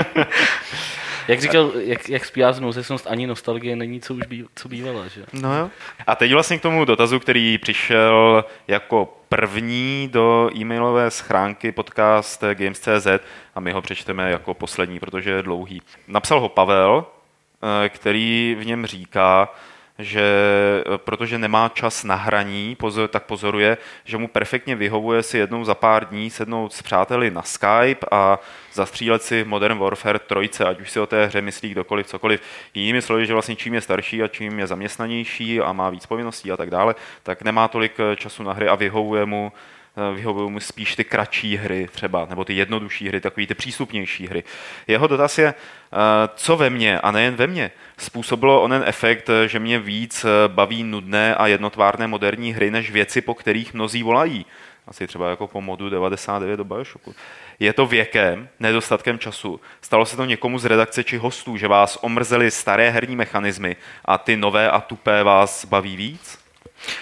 Jak říkal, jak zpívá z nouzesnost, ani nostalgie není, co bývala, že? No jo. A teď vlastně k tomu dotazu, který přišel jako první do e-mailové schránky podcast Games.cz a my ho přečteme jako poslední, protože je dlouhý. Napsal ho Pavel, který v něm říká, že protože nemá čas na hraní, tak pozoruje, že mu perfektně vyhovuje si jednou za pár dní sednout s přáteli na Skype a zastřílet si Modern Warfare 3, ať už si o té hře myslí kdokoliv, cokoliv. Jinými slovy, že vlastně čím je starší a čím je zaměstnanější a má víc povinností a tak dále, tak nemá tolik času na hry a vyhovují mu spíš ty kratší hry třeba, nebo ty jednodušší hry, takový ty přístupnější hry. Jeho dotaz je, co ve mně, a nejen ve mně, způsobilo onen efekt, že mě víc baví nudné a jednotvárné moderní hry, než věci, po kterých mnozí volají. Asi třeba jako po modu 99 do Bioshocku. Je to věkem, nedostatkem času. Stalo se to někomu z redakce či hostů, že vás omrzely staré herní mechanismy a ty nové a tupé vás baví víc?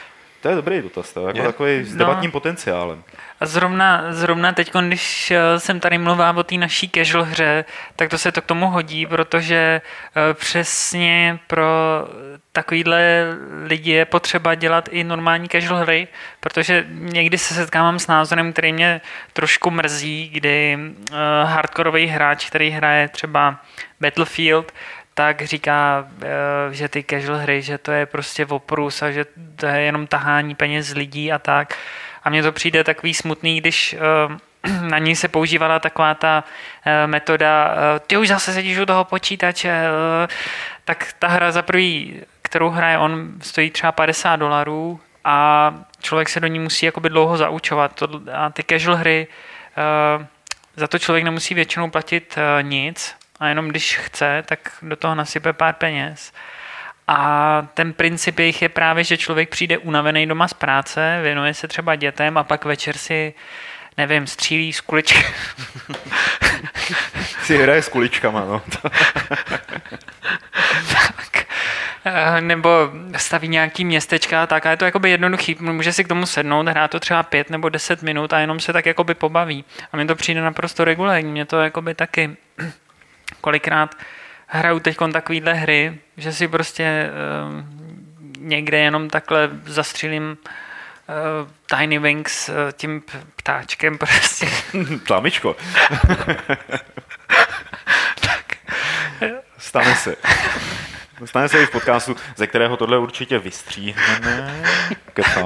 To je dobrý dotaz, to je jako takový s debatním potenciálem. A zrovna teď, když jsem tady mluvil o té naší casual hře, tak to se to k tomu hodí, protože přesně pro takovýhle lidi je potřeba dělat i normální casual hry, protože někdy se setkávám s názorem, který mě trošku mrzí, kdy hardkorový hráč, který hraje třeba Battlefield, tak říká, že ty casual hry, že to je prostě oprus a že to je jenom tahání peněz z lidí a tak. A mně to přijde takový smutný, když na ní se používala taková ta metoda, ty už zase sedíš u toho počítače, tak ta hra za prvý, kterou hraje on, stojí třeba $50 a člověk se do ní musí jakoby dlouho zaučovat. A ty casual hry, za to člověk nemusí většinou platit nic a jenom když chce, tak do toho nasype pár peněz. A ten princip jejich je právě, že člověk přijde unavený doma z práce, věnuje se třeba dětem a pak večer si, nevím, střílí z kuličky. Si hraje s kuličkama, no. Tak. Nebo staví nějaký městečka, tak a je to jakoby jednoduchý. Může si k tomu sednout, hrát to třeba 5 nebo 10 minut a jenom se tak jakoby pobaví. A mně to přijde naprosto regulérní. Mě to jakoby taky kolikrát hraju teď takovýhle hry, že si prostě někde jenom takhle zastřílím Tiny Wings tím ptáčkem prostě. Tlamičko. Tak. Stane se. Stane se i v podcastu, ze kterého tohle určitě vystříhneme. Kecám.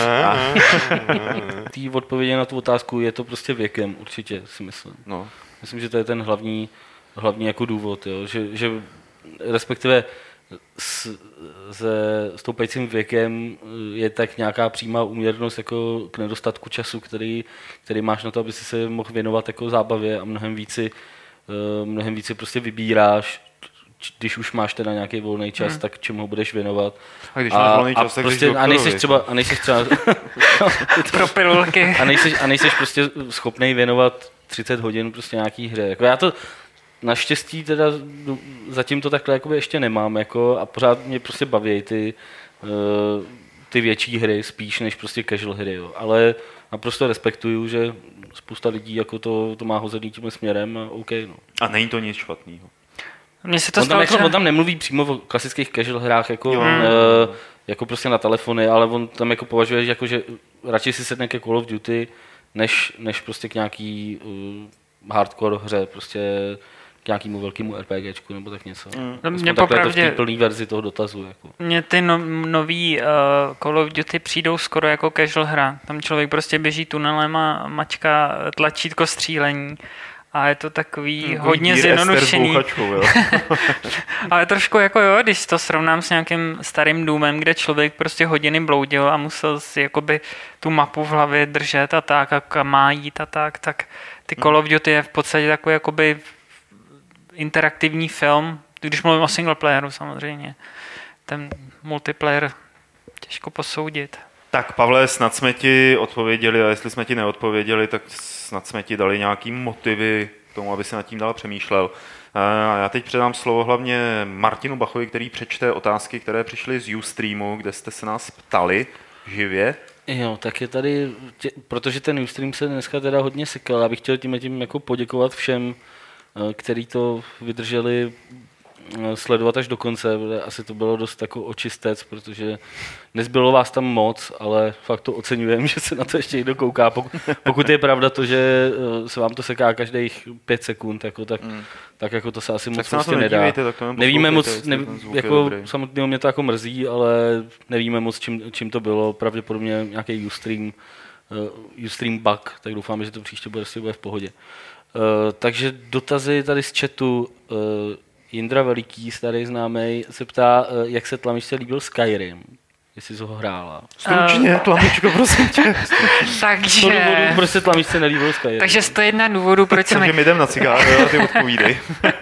Tý odpovědi na tu otázku je to prostě věkem, určitě si myslím. No. Myslím, že to je ten hlavní jako důvod, jo? Že respektive se stoupajícím věkem je tak nějaká přímá úměrnost jako k nedostatku času, který máš na to, aby si se mohl věnovat jako zábavě a mnohem více prostě vybíráš, když už máš teda nějaký volný čas, tak čemu ho budeš věnovat. A když máš volný čas, tak prostě, a nejseš třeba pro pilulky. A nejseš prostě schopnej věnovat 30 hodin prostě nějaký hře. Jako já to naštěstí teda zatím to takhle jakoby ještě nemám jako, a pořád mě prostě baví ty větší hry spíš než prostě casual hry. Jo. Ale naprosto respektuju, že spousta lidí jako to má hozený tímhle směrem a OK. No. A není to nic špatného. On tam nemluví přímo o klasických casual hrách jako prostě na telefony, ale on tam jako považuje, jako, že radši si sedne ke Call of Duty, než prostě k nějaký hardcore hře, prostě k nějakému velkému RPGčku nebo tak něco. Mě takhle to v té plný verzi toho dotazu. Jako. Mně ty nový Call of Duty přijdou skoro jako casual hra. Tam člověk prostě běží tunelem a mačka tlačítko střílení. A je to takový hodně zjednodušený. Ale trošku jako jo, když to srovnám s nějakým starým Doomem, kde člověk prostě hodiny bloudil a musel si jakoby tu mapu v hlavě držet a tak, a kam má jít a tak ty Call of Duty je v podstatě takový jakoby interaktivní film, když mluvím o single playeru samozřejmě. Ten multiplayer těžko posoudit. Tak Pavle, snad jsme ti odpověděli, a jestli jsme ti neodpověděli, tak snad jsme ti dali nějaký motivy k tomu, aby se nad tím dál přemýšlel. A já teď předám slovo hlavně Martinu Bachovi, který přečte otázky, které přišly z Ustreamu, kde jste se nás ptali živě. Jo, tak je tady, protože ten Ustream se dneska teda hodně sekal, já bych chtěl tím jako poděkovat všem, kteří to vydrželi sledovat až do konce. Asi to bylo dost jako očistec, protože nezbylo vás tam moc, ale fakt to oceňujem, že se na to ještě někdo kouká. Pokud je pravda to, že se vám to seká každých 5 sekund, jako, tak jako to se asi moc prostě nedá. Nevíme moc, jako samotného mě to jako mrzí, ale nevíme moc, čím to bylo. Pravděpodobně nějaký Ustream bug, tak doufáme, že to příště bude v pohodě. Takže dotazy tady z chatu. Jindra Veliký, starý známej, se ptá, jak se Tlamičce líbil Skyrim, jestli jsi ho hrála. Stručně, Tlamičko, prosím tě. Takže... Proč se Tlamičce nelíbil Skyrim? Takže 101 důvodů, proč se mi... Takže my jdem na cigáro a ty odpovídej.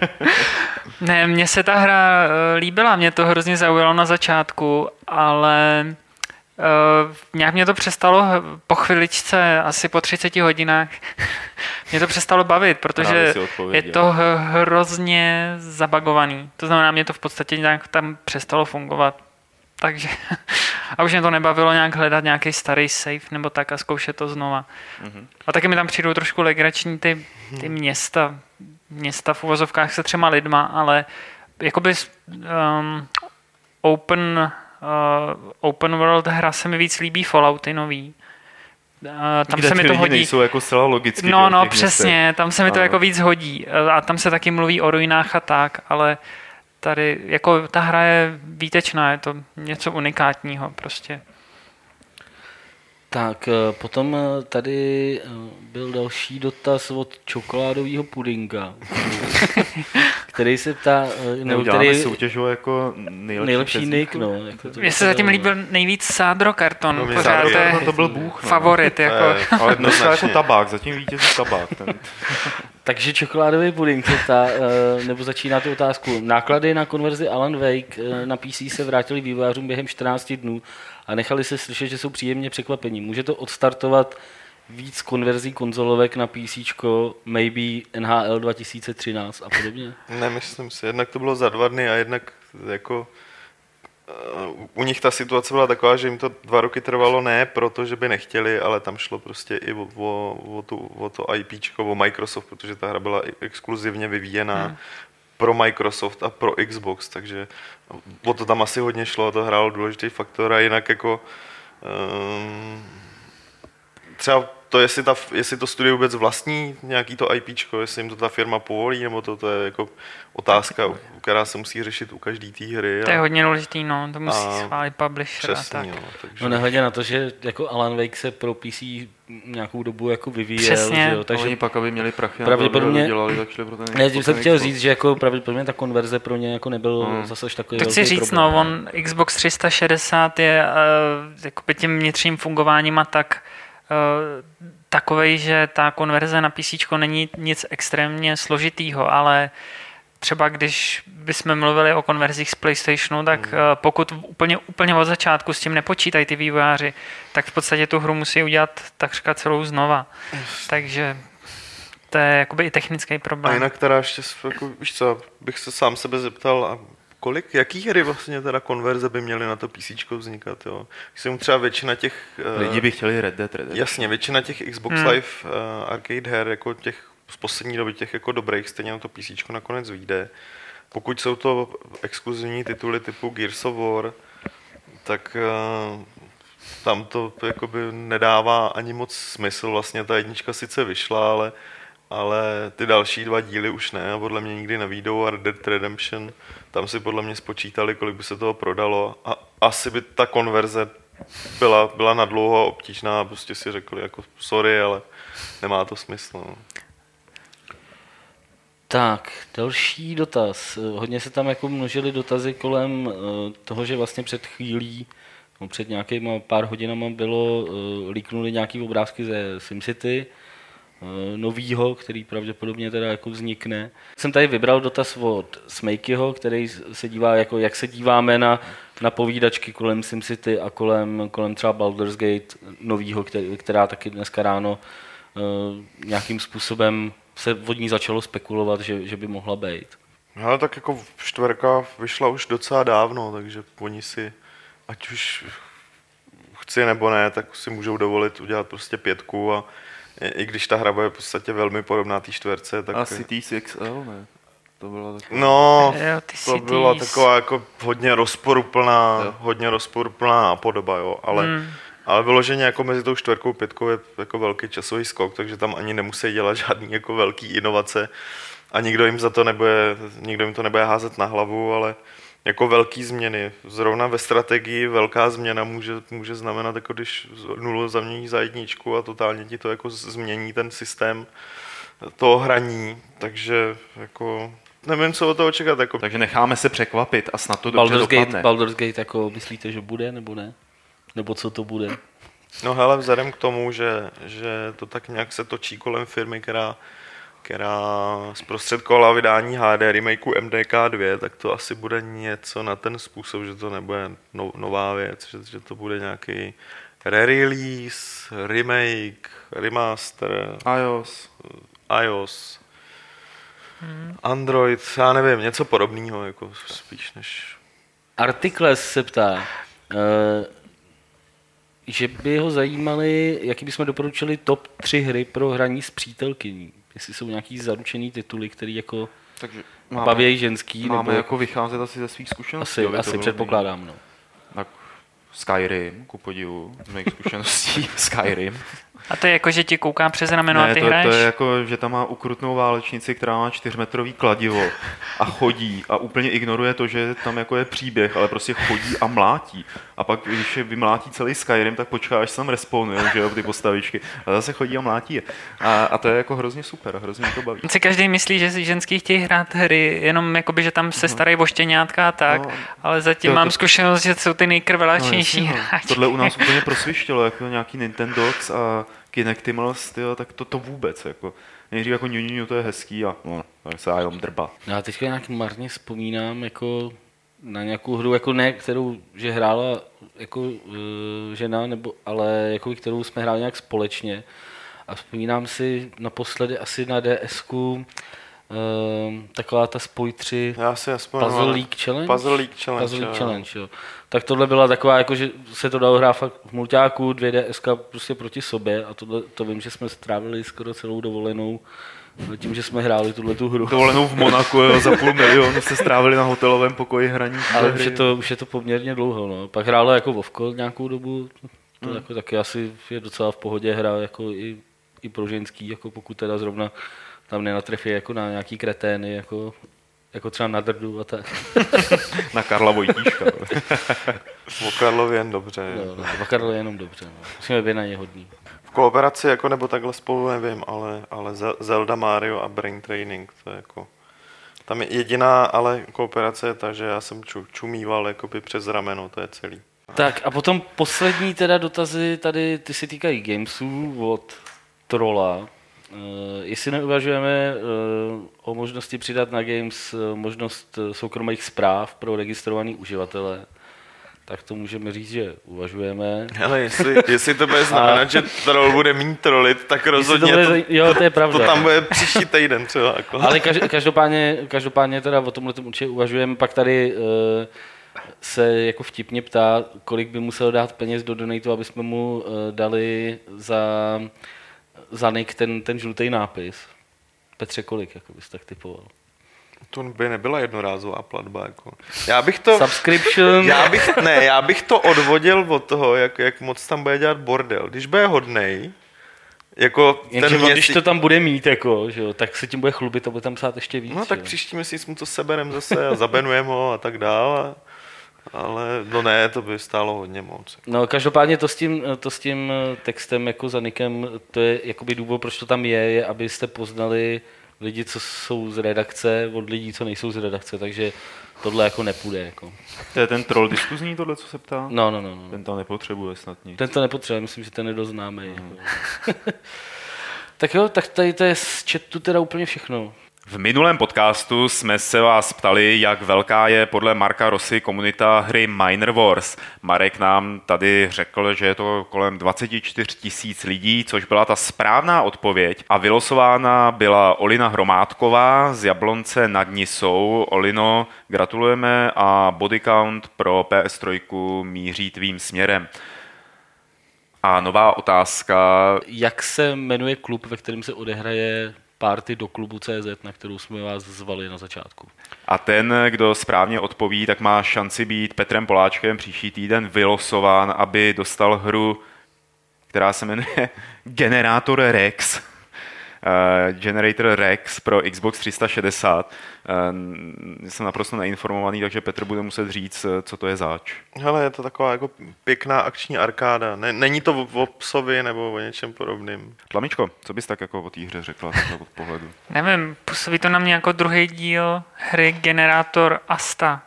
Ne, mně se ta hra líbila, mě to hrozně zaujalo na začátku, ale nějak mě to přestalo po chviličce, asi po 30 hodinách, mě to přestalo bavit, protože je to hrozně zabagovaný. To znamená, mě to v podstatě nějak tam přestalo fungovat. Takže A už mě to nebavilo nějak hledat nějaký starý save nebo tak a zkoušet to znova. A taky mi tam přijdou trošku legrační ty města v uvozovkách se 3 lidma, ale jakoby open world hra se mi víc líbí Fallouty nový. Tam kde se mi ty to lidi hodí. nejsou jako zcela logicky. No, přesně, tam se mi to Ano. jako víc hodí. A tam se taky mluví o ruinách a tak, ale tady, jako ta hra je výtečná, je to něco unikátního prostě. Tak, potom tady byl další dotaz od čokoládového pudinga, který se ptá, nebo Uděláme který soutěž o jako nejlepší nick, no. Jak to Mně se zatím líbil nejvíc Sádro Karton, No, mě pořád Sádro to je Karton to byl bůh, no. favorit, jako. Ale dneska jako Jednoznačně. tabák, zatím vítězí tabák. Takže čokoládový puding se ptá, nebo začíná tu otázku. Náklady na konverzi Alan Wake na PC se vrátily vývojářům během 14 dnů a nechali se slyšet, že jsou příjemně překvapení. Může to odstartovat víc konverzí konzolovek na PC, maybe NHL 2013 a podobně? Nemyslím si. Jednak to bylo za 2 dny a jednak jako u nich ta situace byla taková, že jim to 2 roky trvalo ne proto, že by nechtěli, ale tam šlo prostě i o to IPčko, o Microsoft, protože ta hra byla exkluzivně vyvíjená pro Microsoft a pro Xbox, takže o to tam asi hodně šlo, to hrálo důležitý faktor a jinak jako třeba to, jestli to studio vůbec vlastní nějaký to IPčko, jestli jim to ta firma povolí, nebo to je jako otázka, která se musí řešit u každé té hry. To je hodně důležitý, no, to musí A schválit publisher a tak. přesně, no, takže... No nehledě na to, že jako Alan Wake se pro PC nějakou dobu jako vyvíjel, Přesně. že jo, Takže oni takže pak, aby měli prachy, pravděpodobně- dělali, tak šli pro ten ne, tím jsem ten chtěl Xbox. říct, že jako pravděpodobně ta konverze pro ně jako nebyl zase až takový To chci velký říct, problém. no, on Xbox 360 je jakoby tím vnitřním fungováním a tak takovej, že ta konverze na PC není nic extrémně složitýho, ale třeba když bychom mluvili o konverzích z PlayStationu, tak pokud úplně od začátku s tím nepočítají ty vývojáři, tak v podstatě tu hru musí udělat takřka celou znova. Takže to je jakoby i technický A problém. jinak teda ještě, jako, víš co, bych se sám sebe zeptal, a jaký hry vlastně teda konverze by měly na to PCčko vznikat, jo? Jsem třeba většina těch... Lidi by chtěli Red Dead Redemption. Jasně, většina těch Xbox Live arcade her, jako těch z poslední doby těch jako dobrých, stejně na to PCčko nakonec vyjde. Pokud jsou to exkluzivní tituly typu Gears of War, tak tam to jakoby nedává ani moc smysl. Vlastně ta jednička sice vyšla, ale ty další 2 díly už ne a podle mě nikdy nevyjdou a Red Dead Redemption, tam si podle mě spočítali, kolik by se toho prodalo a asi by ta konverze byla nadlouho obtížná a prostě si řekli jako sorry, ale nemá to smysl. No. Tak, další dotaz. Hodně se tam jako množily dotazy kolem toho, že vlastně před chvílí, no před nějakýma pár hodinama líknuly nějaký obrázky ze SimCity, novýho, který pravděpodobně teda jako vznikne. Jsem tady vybral dotaz od Smejkyho, který se dívá, jako jak se díváme na povídačky kolem SimCity a kolem třeba Baldur's Gate novýho, která taky dneska ráno nějakým způsobem se od ní začalo spekulovat, že by mohla být. No, tak jako 4 vyšla už docela dávno, takže oni si, ať už chci nebo ne, tak si můžou dovolit udělat prostě 5 a i když ta hra bude v podstatě velmi podobná té 4, tak... A Cities XL, ne? To bylo taková... No, Jo, ty to byla Cities. taková jako hodně rozporuplná nápodoba, jo, ale vyloženě jako mezi tou 4 a 5 je jako velký časový skok, takže tam ani nemusí dělat žádný jako velký inovace a nikdo jim to nebude házet na hlavu, ale jako velký změny. Zrovna ve strategii velká změna může znamenat, jako když 0 zamění za 1 a totálně ti to jako změní ten systém toho hraní, takže jako nevím, co od toho čekat. Jako. Takže necháme se překvapit a snad to dobře dopadne. Baldur's Gate jako myslíte, že bude nebo ne? Nebo co to bude? No hele, vzhledem k tomu, že to tak nějak se točí kolem firmy, která zprostředkovala vydání HD remakeu MDK2, tak to asi bude něco na ten způsob, že to nebude nová věc, že to bude nějaký re-release, remake, remaster, iOS, Android, já nevím, něco podobného, jako spíš než... Artikles se ptá, že by ho zajímaly, jaký bychom doporučili top 3 hry pro hraní s přítelkyní. Jestli jsou nějaký zaručený tituly, který jako Takže bavějí ženský. Máme nebo jako vycházet asi ze svých zkušeností. asi předpokládám, no. Tak Skyrim, ku podivu, z mých zkušeností Skyrim. A to je jako, že ti kouká přes rameno a ty to hraješ? je jako, že tam má ukrutnou válečnici, která má 4metrový kladivo a chodí a úplně ignoruje to, že tam jako je příběh, ale prostě chodí a mlátí. A pak, když je vymlátí celý Skyrim, tak počká, až se tam respawnujou, že jo, ty postavičky. A zase chodí a mlátí. A to je jako hrozně super, hrozně mě to baví. Si každý myslí, že si ženský chtějí hrát hry, jenom jakoby, že tam se starají o štěňátka a tak, ale zatím mám zkušenost, že jsou ty nejkrveláčnější hráči. Tohle u nás úplně prosvištělo, jako nějaký Nintendox a Kinectimals, tak to vůbec, jako. Nejdřív jako ňuňuňu, to je hezký a tak se jenom drba. Já teďka nějak marně vzpomínám jako na nějakou hru, jako ne, kterou, že hrála jako žena, nebo, ale jako kterou jsme hráli nějak společně. A vzpomínám si naposledy asi na DSku taková ta Spoj 3 Puzzle League Challenge. Puzzle League Challenge, jo. Tak tohle byla taková, jako, že se to dalo hrát fakt v mulťáku, 2DSka prostě proti sobě a to vím, že jsme strávili skoro celou dovolenou tím, že jsme hráli tu hru. Dovolenou v Monaku, jo, za 500 000 jste strávili na hotelovém pokoji hraní. Ale už je to poměrně dlouho, no. Pak hrálo jako Vovko nějakou dobu, to jako taky asi je docela v pohodě hra jako i pro ženský, jako pokud teda zrovna tam nenatrefí jako na nějaký kretény, jako třeba na Drdu a tak. Na Karla Vojtíška. O Karlově jen dobře. No, o Karlově jenom dobře. No. Musíme být na ně hodný. V kooperaci jako nebo takhle spolu nevím, ale Zelda, Mario a Brain Training, to je jako... Tam je jediná ale kooperace je ta, že já jsem čumíval jakoby přes rameno, to je celý. Tak a potom poslední teda dotazy tady, ty se týkají gamesů od Trolla. Jestli neuvažujeme o možnosti přidat na Games možnost soukromých zpráv pro registrovaný uživatele, tak to můžeme říct, že uvažujeme. Ale jestli to bude znamenat, že troll bude mít trolit, tak rozhodně jo, to je pravda. To tam bude příští týden třeba. Jako. Ale každopádně teda o tomhle určitě uvažujeme. Pak tady se jako vtipně ptá, kolik by musel dát peněz do donatu, aby jsme mu dali za nick ten žlutý nápis. Petře, kolik jako bys tak typoval? To by nebyla jednorázová platba. Jako. Já bych to... Subscription? Já bych to odvodil od toho, jak moc tam bude dělat bordel. Když bude hodnej, jako když to tam bude mít, jako, že jo, tak se tím bude chlubit a bude tam psát ještě víc. No tak příští měsíc mu to seberem zase a zabenujeme ho a tak dál. Ale no ne, to by stálo hodně moc. No každopádně to s tím textem jako za nickem, to je jakoby důvod, proč to tam je, abyste poznali lidi, co jsou z redakce, od lidí, co nejsou z redakce, takže tohle jako nepůjde. Jako. To je ten troll diskuzní, tohle, co se ptá? No. Ten to nepotřebuje snad nic. Ten to nepotřebuje, myslím, že ten je dost známý. Jako. Tak jo, tak tady to je z chatu teda úplně všechno. V minulém podcastu jsme se vás ptali, jak velká je podle Marka Rosy komunita hry Miner Wars. Marek nám tady řekl, že je to kolem 24 000 lidí, což byla ta správná odpověď. A vylosována byla Olina Hromádková z Jablonce nad Nisou. Olino, gratulujeme a body count pro PS3 míří tvým směrem. A nová otázka. Jak se jmenuje klub, ve kterém se odehraje party do klubu CZ, na kterou jsme vás zvali na začátku? A ten, kdo správně odpoví, tak má šanci být Petrem Poláčkem příští týden vylosován, aby dostal hru, která se jmenuje Generator Rex. Generator Rex pro Xbox 360. Jsem naprosto neinformovaný, takže Petr bude muset říct, co to je zač. Hele, je to taková jako pěkná akční arkáda. Není to o psovi nebo o něčem podobným. Tlamičko, co bys tak jako o té hře řekla od pohledu? Nevím, působí to na mě jako druhý díl hry Generátor Asta.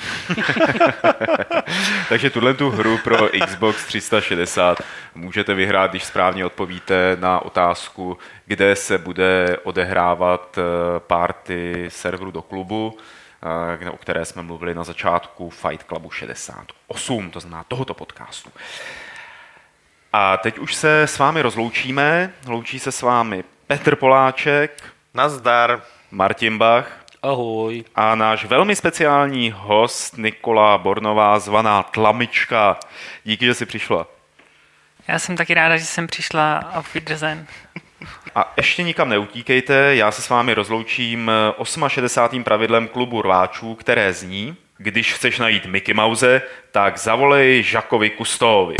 Takže tu hru pro Xbox 360 můžete vyhrát, když správně odpovíte na otázku, kde se bude odehrávat party serveru do klubu, o které jsme mluvili na začátku Fight Clubu 68, to znamená tohoto podcastu. A teď už se s vámi rozloučíme. Loučí se s vámi Petr Poláček. Nazdar. Martin Bach. Ahoj. A náš velmi speciální host Nikola Bornová, zvaná Tlamička. Díky, že jsi přišla. Já jsem taky ráda, že jsem přišla a Auf Wiedersehen. A ještě nikam neutíkejte, já se s vámi rozloučím 68. pravidlem klubu rváčů, které zní: když chceš najít Mickey Mouse, tak zavolej Jacquesovi Cousteauovi.